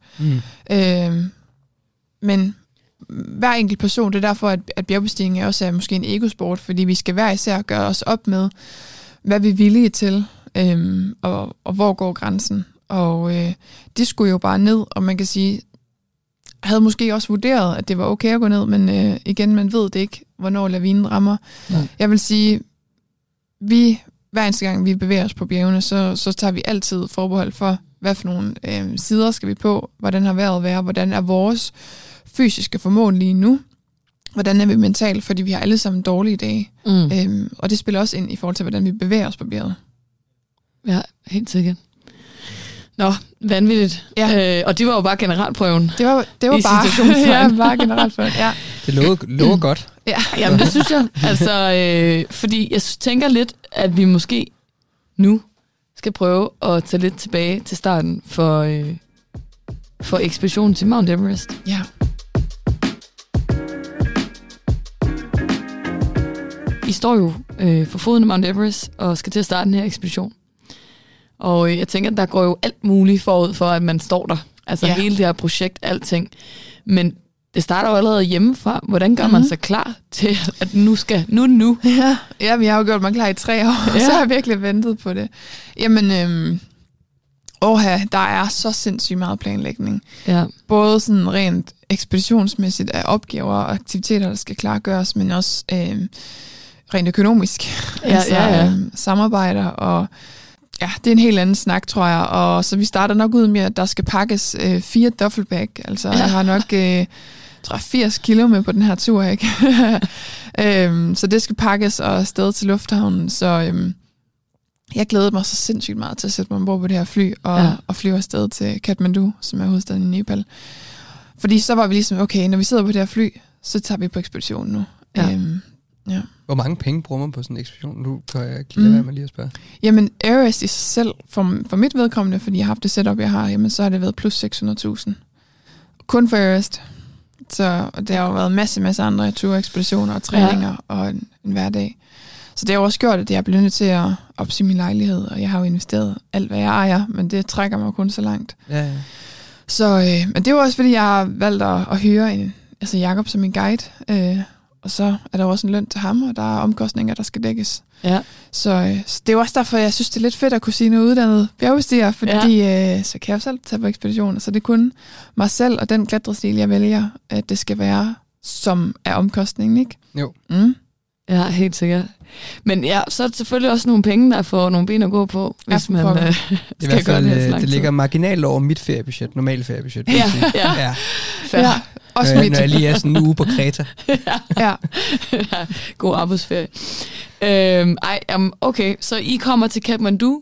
Men hver enkelt person, det er derfor, at bjergbestigning også er måske en egosport, fordi vi skal hver især gøre os op med, hvad vi er villige til, og hvor går grænsen. Og de skulle jo bare ned, og man kan sige, havde måske også vurderet, at det var okay at gå ned, men igen, man ved det ikke, hvornår lavinen rammer. Ja. Jeg vil sige, hver eneste gang vi bevæger os på bjergene, så tager vi altid forbehold for, hvad for nogle sider skal vi på, hvordan har vejret været, hvordan er vores fysiske formåen lige nu, hvordan er vi mentalt, fordi vi har alle sammen dårlige dage. Og det spiller også ind i forhold til, hvordan vi bevæger os på bjerget. Ja, helt sikkert. Nå, vanvittigt. Ja. Og det var jo bare generalprøven. Det var bare generalprøven, ja. Det lover godt. Ja. Jamen, det synes jeg. Altså, fordi jeg tænker lidt, at vi måske nu skal prøve at tage lidt tilbage til starten for ekspeditionen til Mount Everest. Ja. I står jo for foden af Mount Everest og skal til at starte den her ekspedition. Og jeg tænker, at der går jo alt muligt forud for, at man står der. Altså hele det her projekt, alting. Men det starter jo allerede hjemmefra. Hvordan gør man sig klar til, at nu er det nu? Ja, vi har jo gjort mig klar i 3 år, og så har jeg virkelig ventet på det. Jamen, Der er så sindssygt meget planlægning. Ja. Både sådan rent ekspeditionsmæssigt af opgaver og aktiviteter, der skal klargøres, men også rent økonomisk. Ja. Samarbejder, og ja, det er en helt anden snak, tror jeg. Og så vi starter nok ud med, at der skal pakkes 4 duffelbag. Altså, jeg har nok 80 kilo med på den her tur, ikke? Så det skal pakkes og afsted til lufthavnen. Så jeg glæder mig så sindssygt meget til at sætte mig ombord på det her fly og flyve afsted til Kathmandu, som er hovedstaden i Nepal. Fordi så var vi ligesom, okay, når vi sidder på det her fly, så tager vi på ekspedition nu. Ja. Hvor mange penge bruger man på sådan en ekspedition? Nu kan jeg ikke lade være med lige at spørge. Jamen, Everest i sig selv, for mit vedkommende, fordi jeg har haft det setup, jeg har, jamen, så har det været plus 600.000. Kun for Everest. Så det har jo været masse andre turekspeditioner og træninger og en hverdag. Så det har jo også gjort, at jeg er blevet nødt til at opsige min lejlighed, og jeg har jo investeret alt, hvad jeg ejer, men det trækker mig kun så langt. Ja. Så, men det er jo også, fordi jeg har valgt at hyre Jakob som min guide, og så er der også en løn til ham, og der er omkostninger, der skal dækkes. Ja. Så det er jo også derfor, jeg synes, det er lidt fedt at kunne sige noget uddannet bjergbestiger, fordi så kan jeg jo selv tage på ekspeditioner, så det er kun mig selv og den klatrestil, jeg vælger, at det skal være, som er omkostningen, ikke? Jo. Ja, helt sikkert. Men ja, så er det selvfølgelig også nogle penge, der får nogle ben at gå på, hvis man skal i hvert fald, det ligger marginalt over mit feriebudget, normalt feriebudget. Ja. Også når jeg lige er sådan en uge på Kreta. Ja. God arbejdsferie. Okay, så I kommer til Kathmandu,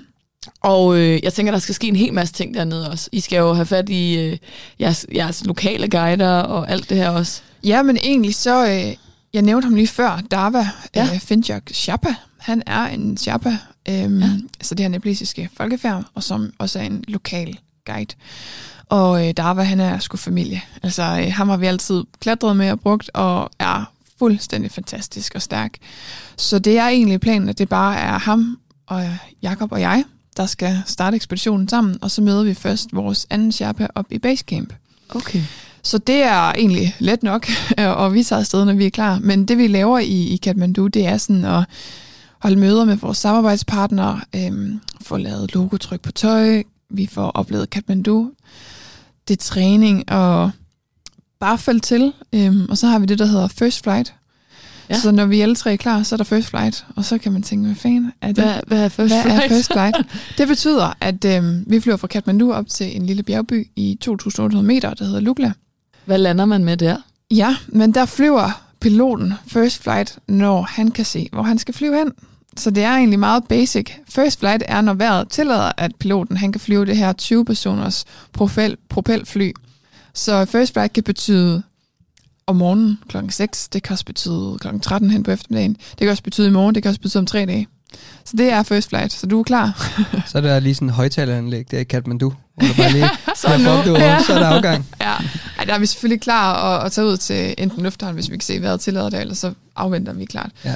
og jeg tænker, der skal ske en hel masse ting dernede også. I skal jo have fat i jeres lokale guider og alt det her også. Ja, men egentlig så... Jeg nævnte ham lige før, Dava Finjak Sherpa. Han er en Sherpa, så det her nepalesiske folkefærd, og som også er en lokal guide. Og Dava, han er sgu familie. Altså, ham har vi altid klatret med og brugt, og er fuldstændig fantastisk og stærk. Så det er egentlig planen, at det bare er ham og Jakob og jeg, der skal starte ekspeditionen sammen, og så møder vi først vores anden Sherpa op i basecamp. Okay. Så det er egentlig let nok, og vi tager afsted, når vi er klar. Men det, vi laver i Kathmandu, det er sådan at holde møder med vores samarbejdspartnere, få lavet logotryk på tøj, vi får oplevet Kathmandu, det er træning og bare falde til. Og så har vi det, der hedder First Flight. Ja. Så når vi alle tre er klar, så er der First Flight, og så kan man tænke, hvad fanden er det? Hvad er First Flight? Det betyder, at vi flyver fra Kathmandu op til en lille bjergby i 2.800 meter, der hedder Lukla. Hvad lander man med der? Ja, men der flyver piloten First Flight, når han kan se, hvor han skal flyve hen. Så det er egentlig meget basic. First Flight er, når vejret tillader, at piloten han kan flyve det her 20-personers propelfly. Så First Flight kan betyde om morgenen kl. 6, det kan også betyde kl. 13 hen på eftermiddagen. Det kan også betyde i morgen, det kan også betyde om 3 dage. Så det er First Flight, så du er klar. Så er der lige sådan en højtaleranlæg der i Kathmandu, hvor du bare lige så er der afgang. Ja, der er vi selvfølgelig klar at tage ud til enten lufthavn, hvis vi kan se vejret tillader det, eller så afventer vi klart. Ja.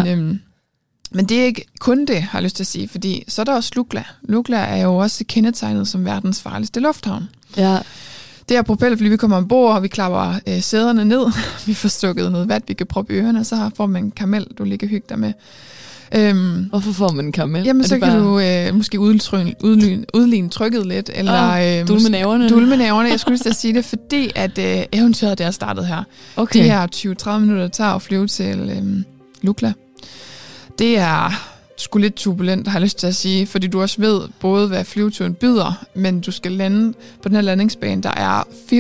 Men det er ikke kun det, har jeg lyst til at sige, fordi så er der også Lukla. Lukla er jo også kendetegnet som verdens farligste lufthavn. Ja. Det er propelfly, vi kommer ombord, og vi klapper sæderne ned. Vi får stukket noget vand, vi kan proppe i ørerne, og så får man en karamel, du lige kan hygge dig med. Hvorfor får man en karamel? Jamen, så kan du måske udligne trykket lidt, eller dulme næverne. Dulme næverne, jeg skulle lige sige det, fordi at eventyret det er startet her. Okay. Det her 20-30 minutter, det tager at flyve til Lukla. Det er sgu lidt turbulent, har jeg lyst til at sige, fordi du også ved både, hvad flyveturen byder, men du skal lande på den her landingsbane, der er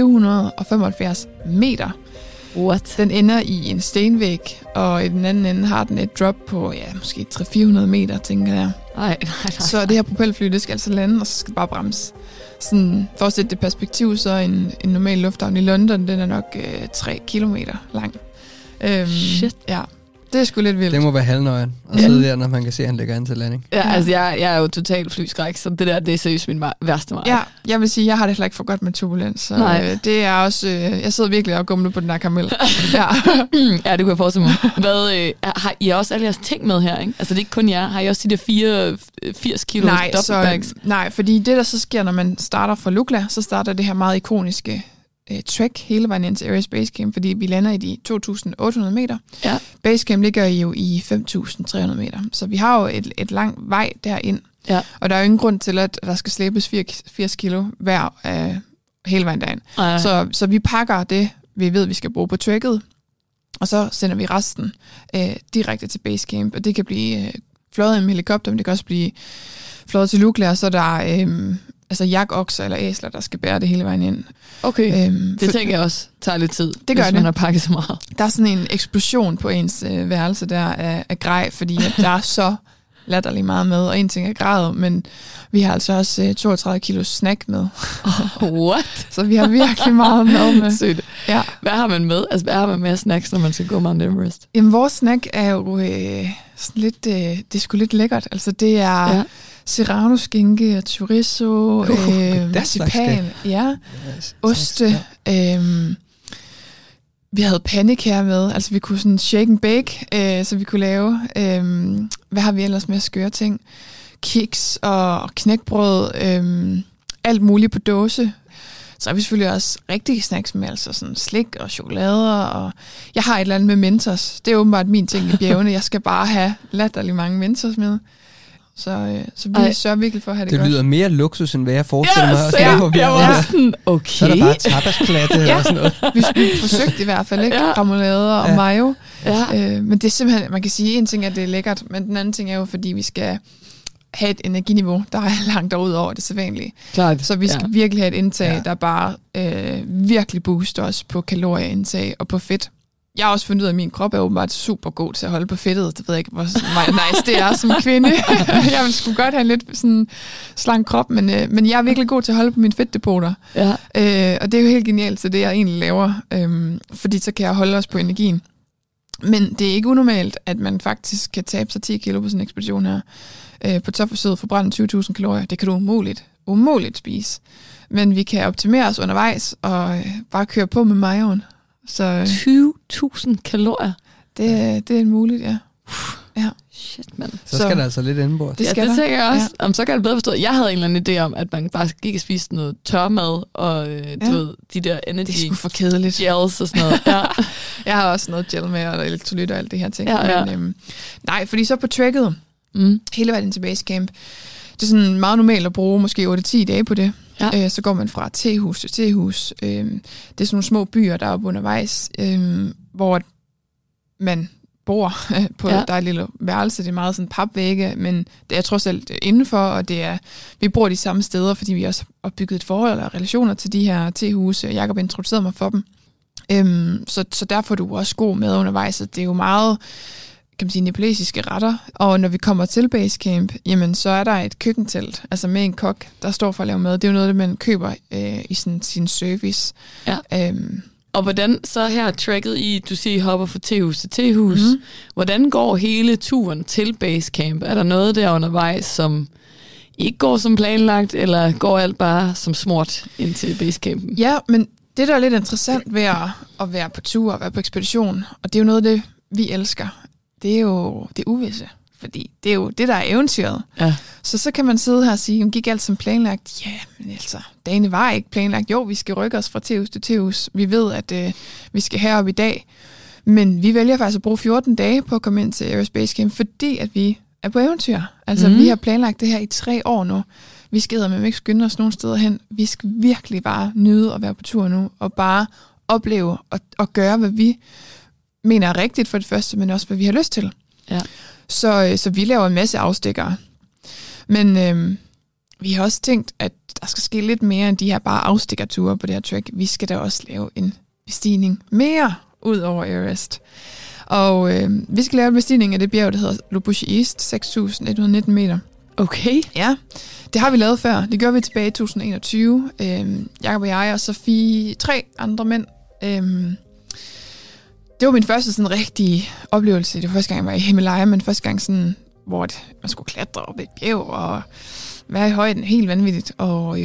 475 meter. What? Den ender i en stenvæg, og i den anden ende har den et drop på, måske 300-400 meter, tænker jeg. Nej. Så det her propelfly, det skal altså lande, og så skal det bare bremse. Sådan, for at sætte det perspektiv, så en normal lufthavn i London, den er nok 3 kilometer lang. Shit. Ja. Det er sgu lidt vildt. Det må være halvnøjen at sidde der, når man kan se, at han lægger an til landing. Ja, altså jeg er jo totalt flyskræk, så det er seriøst min værste mark. Ja, jeg vil sige, jeg har det heller ikke for godt med turbulens. Så det er også, jeg sidder virkelig og gumler på den der karamel. Ja. Ja, det kunne jeg forestille mig. Har I også alle jeres ting med her, ikke? Altså det er ikke kun jer. Har I også de der 80 kilo duffel-bags? Nej, fordi det der så sker, når man starter fra Lukla, så starter det her meget ikoniske trek hele vejen ind til Everest Basecamp, fordi vi lander i de 2.800 meter. Ja. Basecamp ligger jo i 5.300 meter. Så vi har jo et lang vej derind. Ja. Og der er jo ingen grund til, at der skal slæbes 80 kilo hver hele vejen dagen. Så vi pakker det, vi ved, vi skal bruge på tracket, og så sender vi resten direkte til basecamp. Og det kan blive fløjet med helikopter, men det kan også blive fløjet til Lukla, så der er jakokser eller æsler, der skal bære det hele vejen ind. Okay, det tænker jeg også tager lidt tid, det gør hvis man har pakket så meget. Der er sådan en eksplosion på ens værelse der af grej, fordi at der er så latterligt meget med, og en ting er gradet, men vi har altså også 32 kilo snack med. What? Så vi har virkelig meget mad med. Sødt. Ja. Hvad har man med? Altså, hvad har man med af snacks, når man skal gå Mount Everest? Jamen, vores snack er jo sådan lidt, det er sgu lidt lækkert. Altså, det er serrano-skinke, chorizo, marcipan, oste. Vi havde pandekager med, altså vi kunne sådan shake and bake, så vi kunne lave, hvad har vi ellers med at skøre ting? Kiks og knækbrød, alt muligt på dåse. Så har vi selvfølgelig også rigtige snacks med, altså sådan slik og chokolader, og jeg har et eller andet med Mentos. Det er åbenbart min ting i bjergene. Jeg skal bare have latterligt mange Mentos med. Så vi sørger virkelig for at have det godt. Det lyder mere luksus, end hvad jeg forestiller mig. Okay. Så er der bare tapasplatte og sådan noget. Vi forsøgte i hvert fald, ikke? Remoulade og mayo. Ja. Men det er simpelthen, man kan sige, en ting er, at det er lækkert, men den anden ting er jo, fordi vi skal have et energiniveau, der er langt derud over det sædvanlige. Klart. Så vi skal virkelig have et indtag, der bare virkelig booster os på kalorieindtag og på fedt. Jeg har også fundet ud af, at min krop er åbenbart super god til at holde på fedtet. Det ved jeg ikke, hvor nice det er som kvinde. Jeg vil sgu godt have en lidt sådan slank krop, men jeg er virkelig god til at holde på mine fedtdepoter. Ja. Og det er jo helt genialt, så det jeg egentlig laver, fordi så kan jeg holde os på energien. Men det er ikke unormalt, at man faktisk kan tabe sig 10 kilo på sådan en ekspedition her. På topforsøget forbrænde 20.000 kalorier. Det kan du umuligt spise. Men vi kan optimere os undervejs og bare køre på med majoen. Så 20.000 kalorier? Det er muligt, ja. Shit, mand. Så skal der altså lidt indenbords. Det tænker jeg også. Ja. Så kan jeg bedre forstå. Jeg havde en eller anden idé om, at man bare gik og spiste noget tørmad, og du ved, de der energy det er sgu for kedeligt. Gels og sådan noget. Ja. Jeg har også noget gel med, og elektrolyt og alt det her ting. Ja. Men, nej, fordi så på tracket, hele vejen til basecamp, det er sådan meget normalt at bruge måske 8-10 dage på det. Ja. Så går man fra tehus til tehus. Det er sådan nogle små byer, der er oppe undervejs, hvor man bor på der er et lille værelse. Det er meget sådan papvægge, men det er trods alt indenfor, og vi bor de samme steder, fordi vi også har bygget et forhold eller relationer til de her tehuse. Jakob introducerede mig for dem. Så der får du også god mad undervejs, og det er jo meget, kan man sige, nepalesiske retter. Og når vi kommer til basecamp, jamen så er der et køkkentelt, altså med en kok, der står for at lave mad. Det er jo noget, det man køber i sådan sin service. Ja. Og hvordan så her tracket i, du siger, I hopper fra tehus til tehus. Hvordan går hele turen til basecamp? Er der noget der undervejs, som ikke går som planlagt, eller går alt bare som smurt ind til basecampen? Ja, men det, der er lidt interessant ved at være på tur og være på ekspedition, og det er jo noget af det, vi elsker, det er jo det uvisse. Fordi det er jo det, der er eventyret. Ja. Så kan man sidde her og sige, gik alt som planlagt? Ja, men altså, dagene var ikke planlagt. Jo, vi skal rykke os fra tehus til tehus. Vi ved, at vi skal herop i dag. Men vi vælger faktisk at bruge 14 dage på at komme ind til Everest Base Camp, fordi at vi er på eventyr. Altså, vi har planlagt det her i 3 år nu. Vi skal eddermame ikke skynde os nogen steder hen. Vi skal virkelig bare nyde at være på tur nu, og bare opleve og gøre, hvad vi mener er rigtigt for det første, men også, hvad vi har lyst til. Ja. Så vi laver en masse afstikkere. Men vi har også tænkt, at der skal ske lidt mere end de her bare afstikkerture på det her trek. Vi skal da også lave en bestigning mere ud over Everest. Og vi skal lave en bestigning af det bjerg, der hedder Lubushe East, 6.119 meter. Okay. Ja, det har vi lavet før. Det gjorde vi tilbage i 2021. Jakob og jeg, og så 3 andre mænd. Det var min første sådan rigtige oplevelse. Det var første gang, jeg var i Himalaya, men første gang sådan, hvor man skulle klatre op et bjerg og være i højden. Helt vanvittigt. Og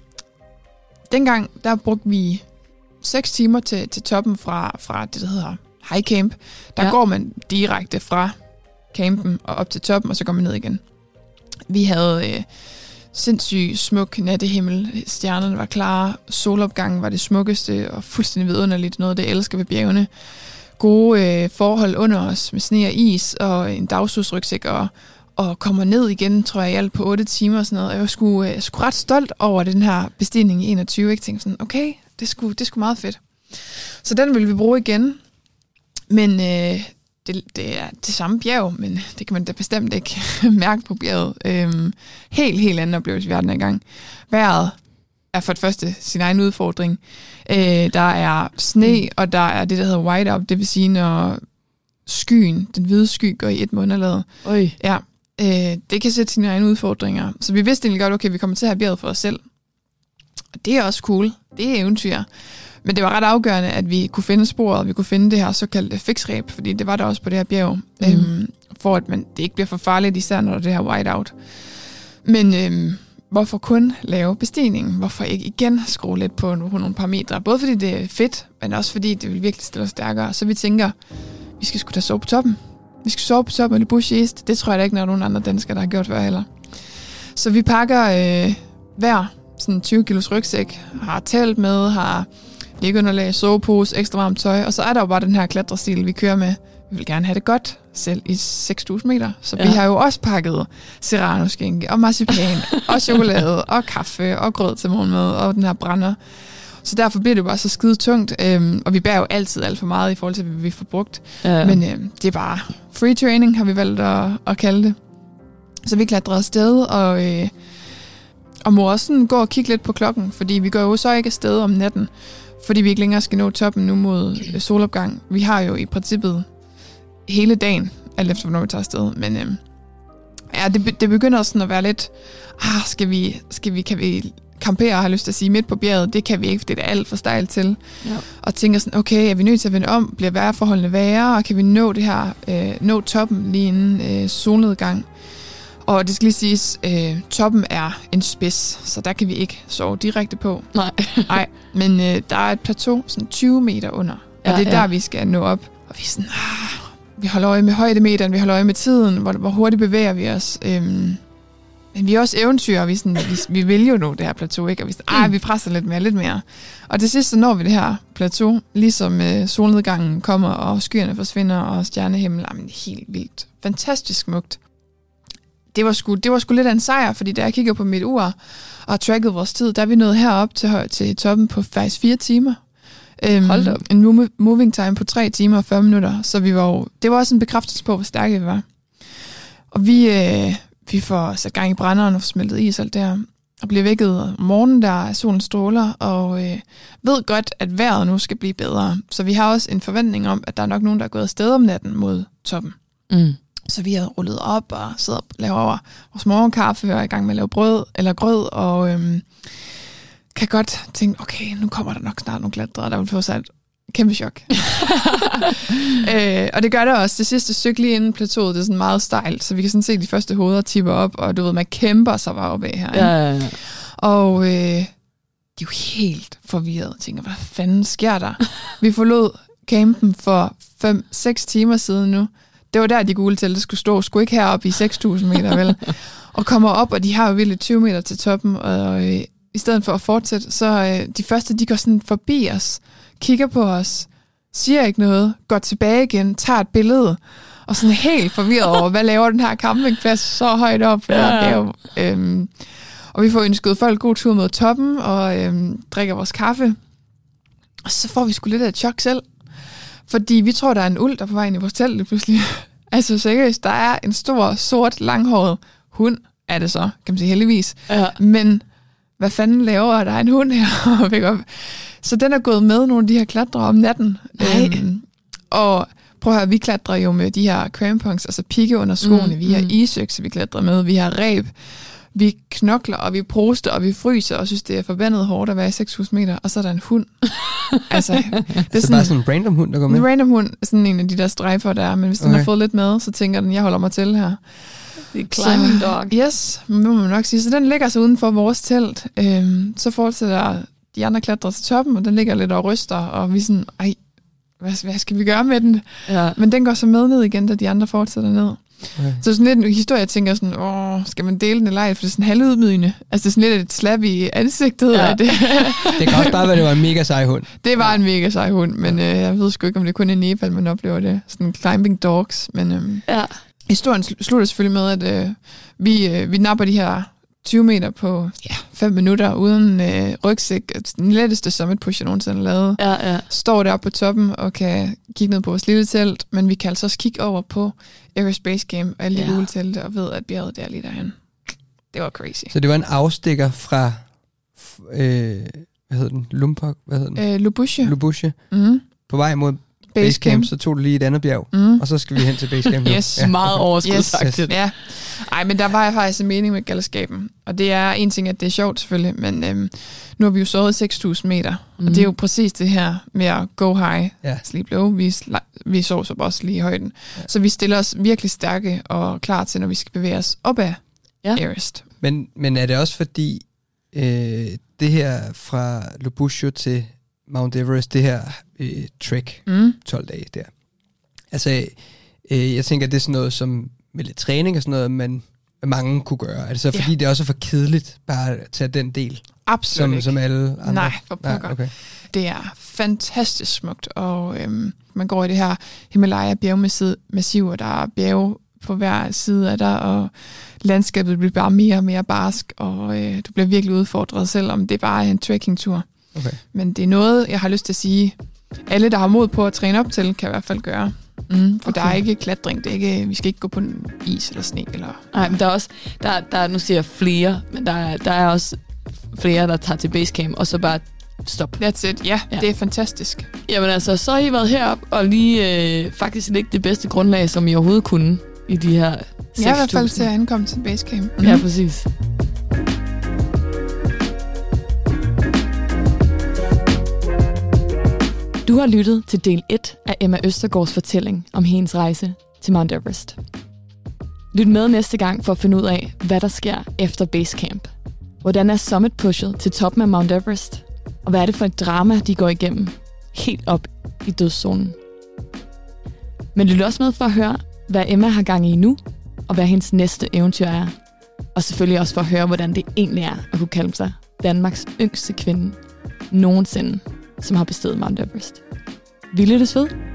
dengang, der brugte vi 6 timer til toppen fra det, der hedder High Camp. Der går man direkte fra campen og op til toppen, og så går man ned igen. Vi havde sindssygt smuk nattehimmel. Stjernerne var klare. Solopgangen var det smukkeste og fuldstændig vidunderligt. Noget, det elsker ved bjergene. Gode forhold under os med sne og is og en dagsudsrygsæk og kommer ned igen, tror jeg, i alt på 8 timer og sådan noget. Og jeg skulle ret stolt over den her bestigning i 21. Jeg tænkte sådan, okay, det er sgu meget fedt. Så den vil vi bruge igen. Men det er det samme bjerg, men det kan man da bestemt ikke mærke på bjerget. Helt anden oplevelse, vi har den her gang. Vejret er for det første sin egen udfordring. Der er sne, og der er det, der hedder whiteout, det vil sige, når skyen, den hvide sky, går i 1 måned. Ja, det kan sætte sine egne udfordringer. Så vi vidste egentlig godt, okay, vi kommer til at have bjerget for os selv. Og det er også cool. Det er eventyr. Men det var ret afgørende, at vi kunne finde sporet, vi kunne finde det her såkaldte fiksræb, fordi det var der også på det her bjerg, for at det ikke bliver for farligt, især når det her whiteout. Men hvorfor kun lave bestigningen? Hvorfor ikke igen skrue lidt på nogle parametre? Både fordi det er fedt, men også fordi det vil virkelig stille os stærkere. Så vi tænker, vi skal sgu da sove på toppen. Vi skal sove på toppen af Le Bouche East. Det tror jeg da ikke, når nogen andre danskere, der har gjort før heller. Så vi pakker hver sådan 20 kilos rygsæk, har telt med, har liggeunderlag, sovepose, ekstra varmt tøj, og så er der jo bare den her klatrestil, vi kører med. Vi vil gerne have det godt, selv i 6.000 meter. Så vi har jo også pakket serrano-skinke, og marcipan, og chokolade, og kaffe, og grød til morgenmad, og den her brænder. Så derfor bliver det jo bare så skide tungt, og vi bærer jo altid alt for meget i forhold til, hvad vi får brugt. Men det er bare free training, har vi valgt at kalde det. Så vi klatrer afsted, og må også sådan gå og kigge lidt på klokken, fordi vi går jo så ikke afsted om natten, fordi vi ikke længere skal nå toppen nu mod solopgang. Vi har jo i princippet hele dagen, alt efter hvornår vi tager afsted. Men det begynder sådan at være lidt, kan vi campere, har lyst til at sige, midt på bjerget? Det kan vi ikke, for det er alt for stejlt til. Ja. Og tænker sådan, okay, er vi nødt til at vende om? Bliver vejrforholdene værre? Og kan vi nå det her, nå toppen lige inden solnedgang? Og det skal lige siges, toppen er en spids, så der kan vi ikke sove direkte på. Nej, men der er et plateau, sådan 20 meter under. Og det er der, vi skal nå op. Og vi er sådan, vi holder øje med højdemeteren, vi holder øje med tiden, hvor hurtigt bevæger vi os. Men vi er også eventyr, og vi vil jo nå det her plateau, ikke? Og vi vi presser lidt mere. Og til sidst så når vi det her plateau, ligesom solnedgangen kommer, og skyerne forsvinder, og stjernehimmel. Jamen, helt vildt. Fantastisk smukt. Det var sgu lidt af en sejr, fordi da jeg kigger på mit ur og tracket vores tid, der er vi nået herop til toppen på faktisk 4 timer. Hold op. En moving time på 3 timer og 40 minutter, så det var også en bekræftelse på, hvor stærke vi var. Og vi får sat gang i brænderen og får smeltet is og alt det her, og bliver vækket om morgenen, der er solen stråler, og ved godt, at vejret nu skal blive bedre. Så vi har også en forventning om, at der er nok nogen, der er gået afsted om natten mod toppen. Så vi har rullet op og sidder og laver vores morgenkaffe og er i gang med at lave brød eller grød, og kan godt tænke, okay, nu kommer der nok snart nogle klatrere, der vil få sig et kæmpe chok. Og det gør det også. Det sidste stykke lige inden plateauet, det er sådan meget stejlt, så vi kan sådan se de første hoveder tipper op, og du ved, man kæmper sig bare opad her. Ja. Og de er jo helt forvirret og tænker, hvad fanden sker der? Vi forlod campen for 5-6 timer siden nu. Det var der, de gule telte skulle stå. Skulle ikke heroppe i 6.000 meter, vel? Og kommer op, og de har jo virkelig 20 meter til toppen, og i stedet for at fortsætte, så de første, de går sådan forbi os, kigger på os, siger ikke noget, går tilbage igen, tager et billede, og sådan helt forvirret over, hvad laver den her campingplads så højt op? Og vi får ønsket folk god tur mod toppen, og drikker vores kaffe. Og så får vi sgu lidt af et chok selv. Fordi vi tror, der er en ulv, der er på vej ind i vores telt lige pludselig. Altså seriøst, der er en stor, sort, langhåret hund, er det så, kan man sige heldigvis. Ja. Men hvad fanden laver der er en hund her? Så den er gået med nogle af de her klatre om natten. Og prøv at høre, vi klatrer jo med de her crampons, altså pigge under skoene. Vi har isøkse, vi klatrer med. Vi har reb. Vi knokler, og vi proster, og vi fryser, og synes, det er forbandet hårdt at være i 6.000 meter, og så er der en hund. Altså, det er så bare sådan en random hund, der går med? En random hund, sådan en af de der strejfer, der er, men hvis den har fået lidt med, så tænker den, jeg holder mig til her. Det er climbing dog. Yes, må man nok sige. Så den ligger så uden for vores telt. Så fortsætter de andre klatre til toppen, og den ligger lidt og ryster, og vi sådan, hvad skal vi gøre med den? Ja. Men den går så med ned igen, da de andre fortsætter ned. Okay. Så sådan lidt en historie, jeg tænker sådan, skal man dele den eller ej? For det er sådan halvudmygende. Altså det er sådan lidt et slap i ansigtet. Ja. Det kan også bare være, det var en mega sej hund. Det var en mega sej hund, men jeg ved sgu ikke, om det kun er i Nepal, man oplever det. Sådan climbing dogs. Men, ja. historien slutter selvfølgelig med, at vi napper de her 20 meter på 5 minutter, uden rygsæk. Den letteste summit push, jeg nogensinde har lavet. Ja. Står deroppe på toppen og kan kigge ned på vores lille telt, men vi kan altså også kigge over på Everest Base Camp og alle de gule telte, og ved, at bjerget der er lige derhen. Det var crazy. Så det var en afstikker fra, hvad hedder den? Lumpok? Hvad hedder den? Lubushe. På vej mod Basecamp, så tog du lige et andet bjerg, og så skal vi hen til Basecamp nu. Yes, meget overskudsagtigt. Ja. Ej, men der var jeg faktisk en mening med galskaben, og det er en ting, at det er sjovt selvfølgelig, men nu har vi jo sovet 6.000 meter, og det er jo præcis det her med at go high, sleep low. Vi sover så også lige i højden. Ja. Så vi stiller os virkelig stærke og klar til, når vi skal bevæge os op ad Everest. Men er det også fordi, det her fra Lubushe til Mount Everest, det her trek, 12 dage der. Altså, jeg tænker, det er sådan noget som med lidt træning og sådan noget, men mange kunne gøre. Er det så fordi, det også er for kedeligt bare at tage den del? Absolut som alle andre? Nej, for pokker. Okay. Det er fantastisk smukt, og man går i det her Himalaya-bjergmassiv, og der er bjerge på hver side af dig, og landskabet bliver bare mere og mere barsk, og du bliver virkelig udfordret, selvom det bare er en trekkingtur. Okay. Men det er noget, jeg har lyst til at sige, alle, der har mod på at træne op til, kan i hvert fald gøre. For der er ikke klatring, det er ikke, vi skal ikke gå på is eller sne. Eller... Nej, men der er også, der nu siger jeg flere, men der er også flere, der tager til Basecamp, og så bare stop. That's it, ja, det er fantastisk. Jamen altså, så har I været heroppe og lige faktisk ikke det bedste grundlag, som I overhovedet kunne i de her 6.000. Ja, i hvert fald til at ankomme til Basecamp. Ja, præcis. Du har lyttet til del 1 af Emma Østergaards fortælling om hendes rejse til Mount Everest. Lyt med næste gang for at finde ud af, hvad der sker efter Basecamp. Hvordan er summit pushet til toppen af Mount Everest? Og hvad er det for et drama, de går igennem helt op i dødszonen? Men lyt også med for at høre, hvad Emma har gang i nu, og hvad hendes næste eventyr er. Og selvfølgelig også for at høre, hvordan det egentlig er at kunne kalde sig Danmarks yngste kvinde nogensinde, som har besteget Mount Everest. Vi lyttes ved.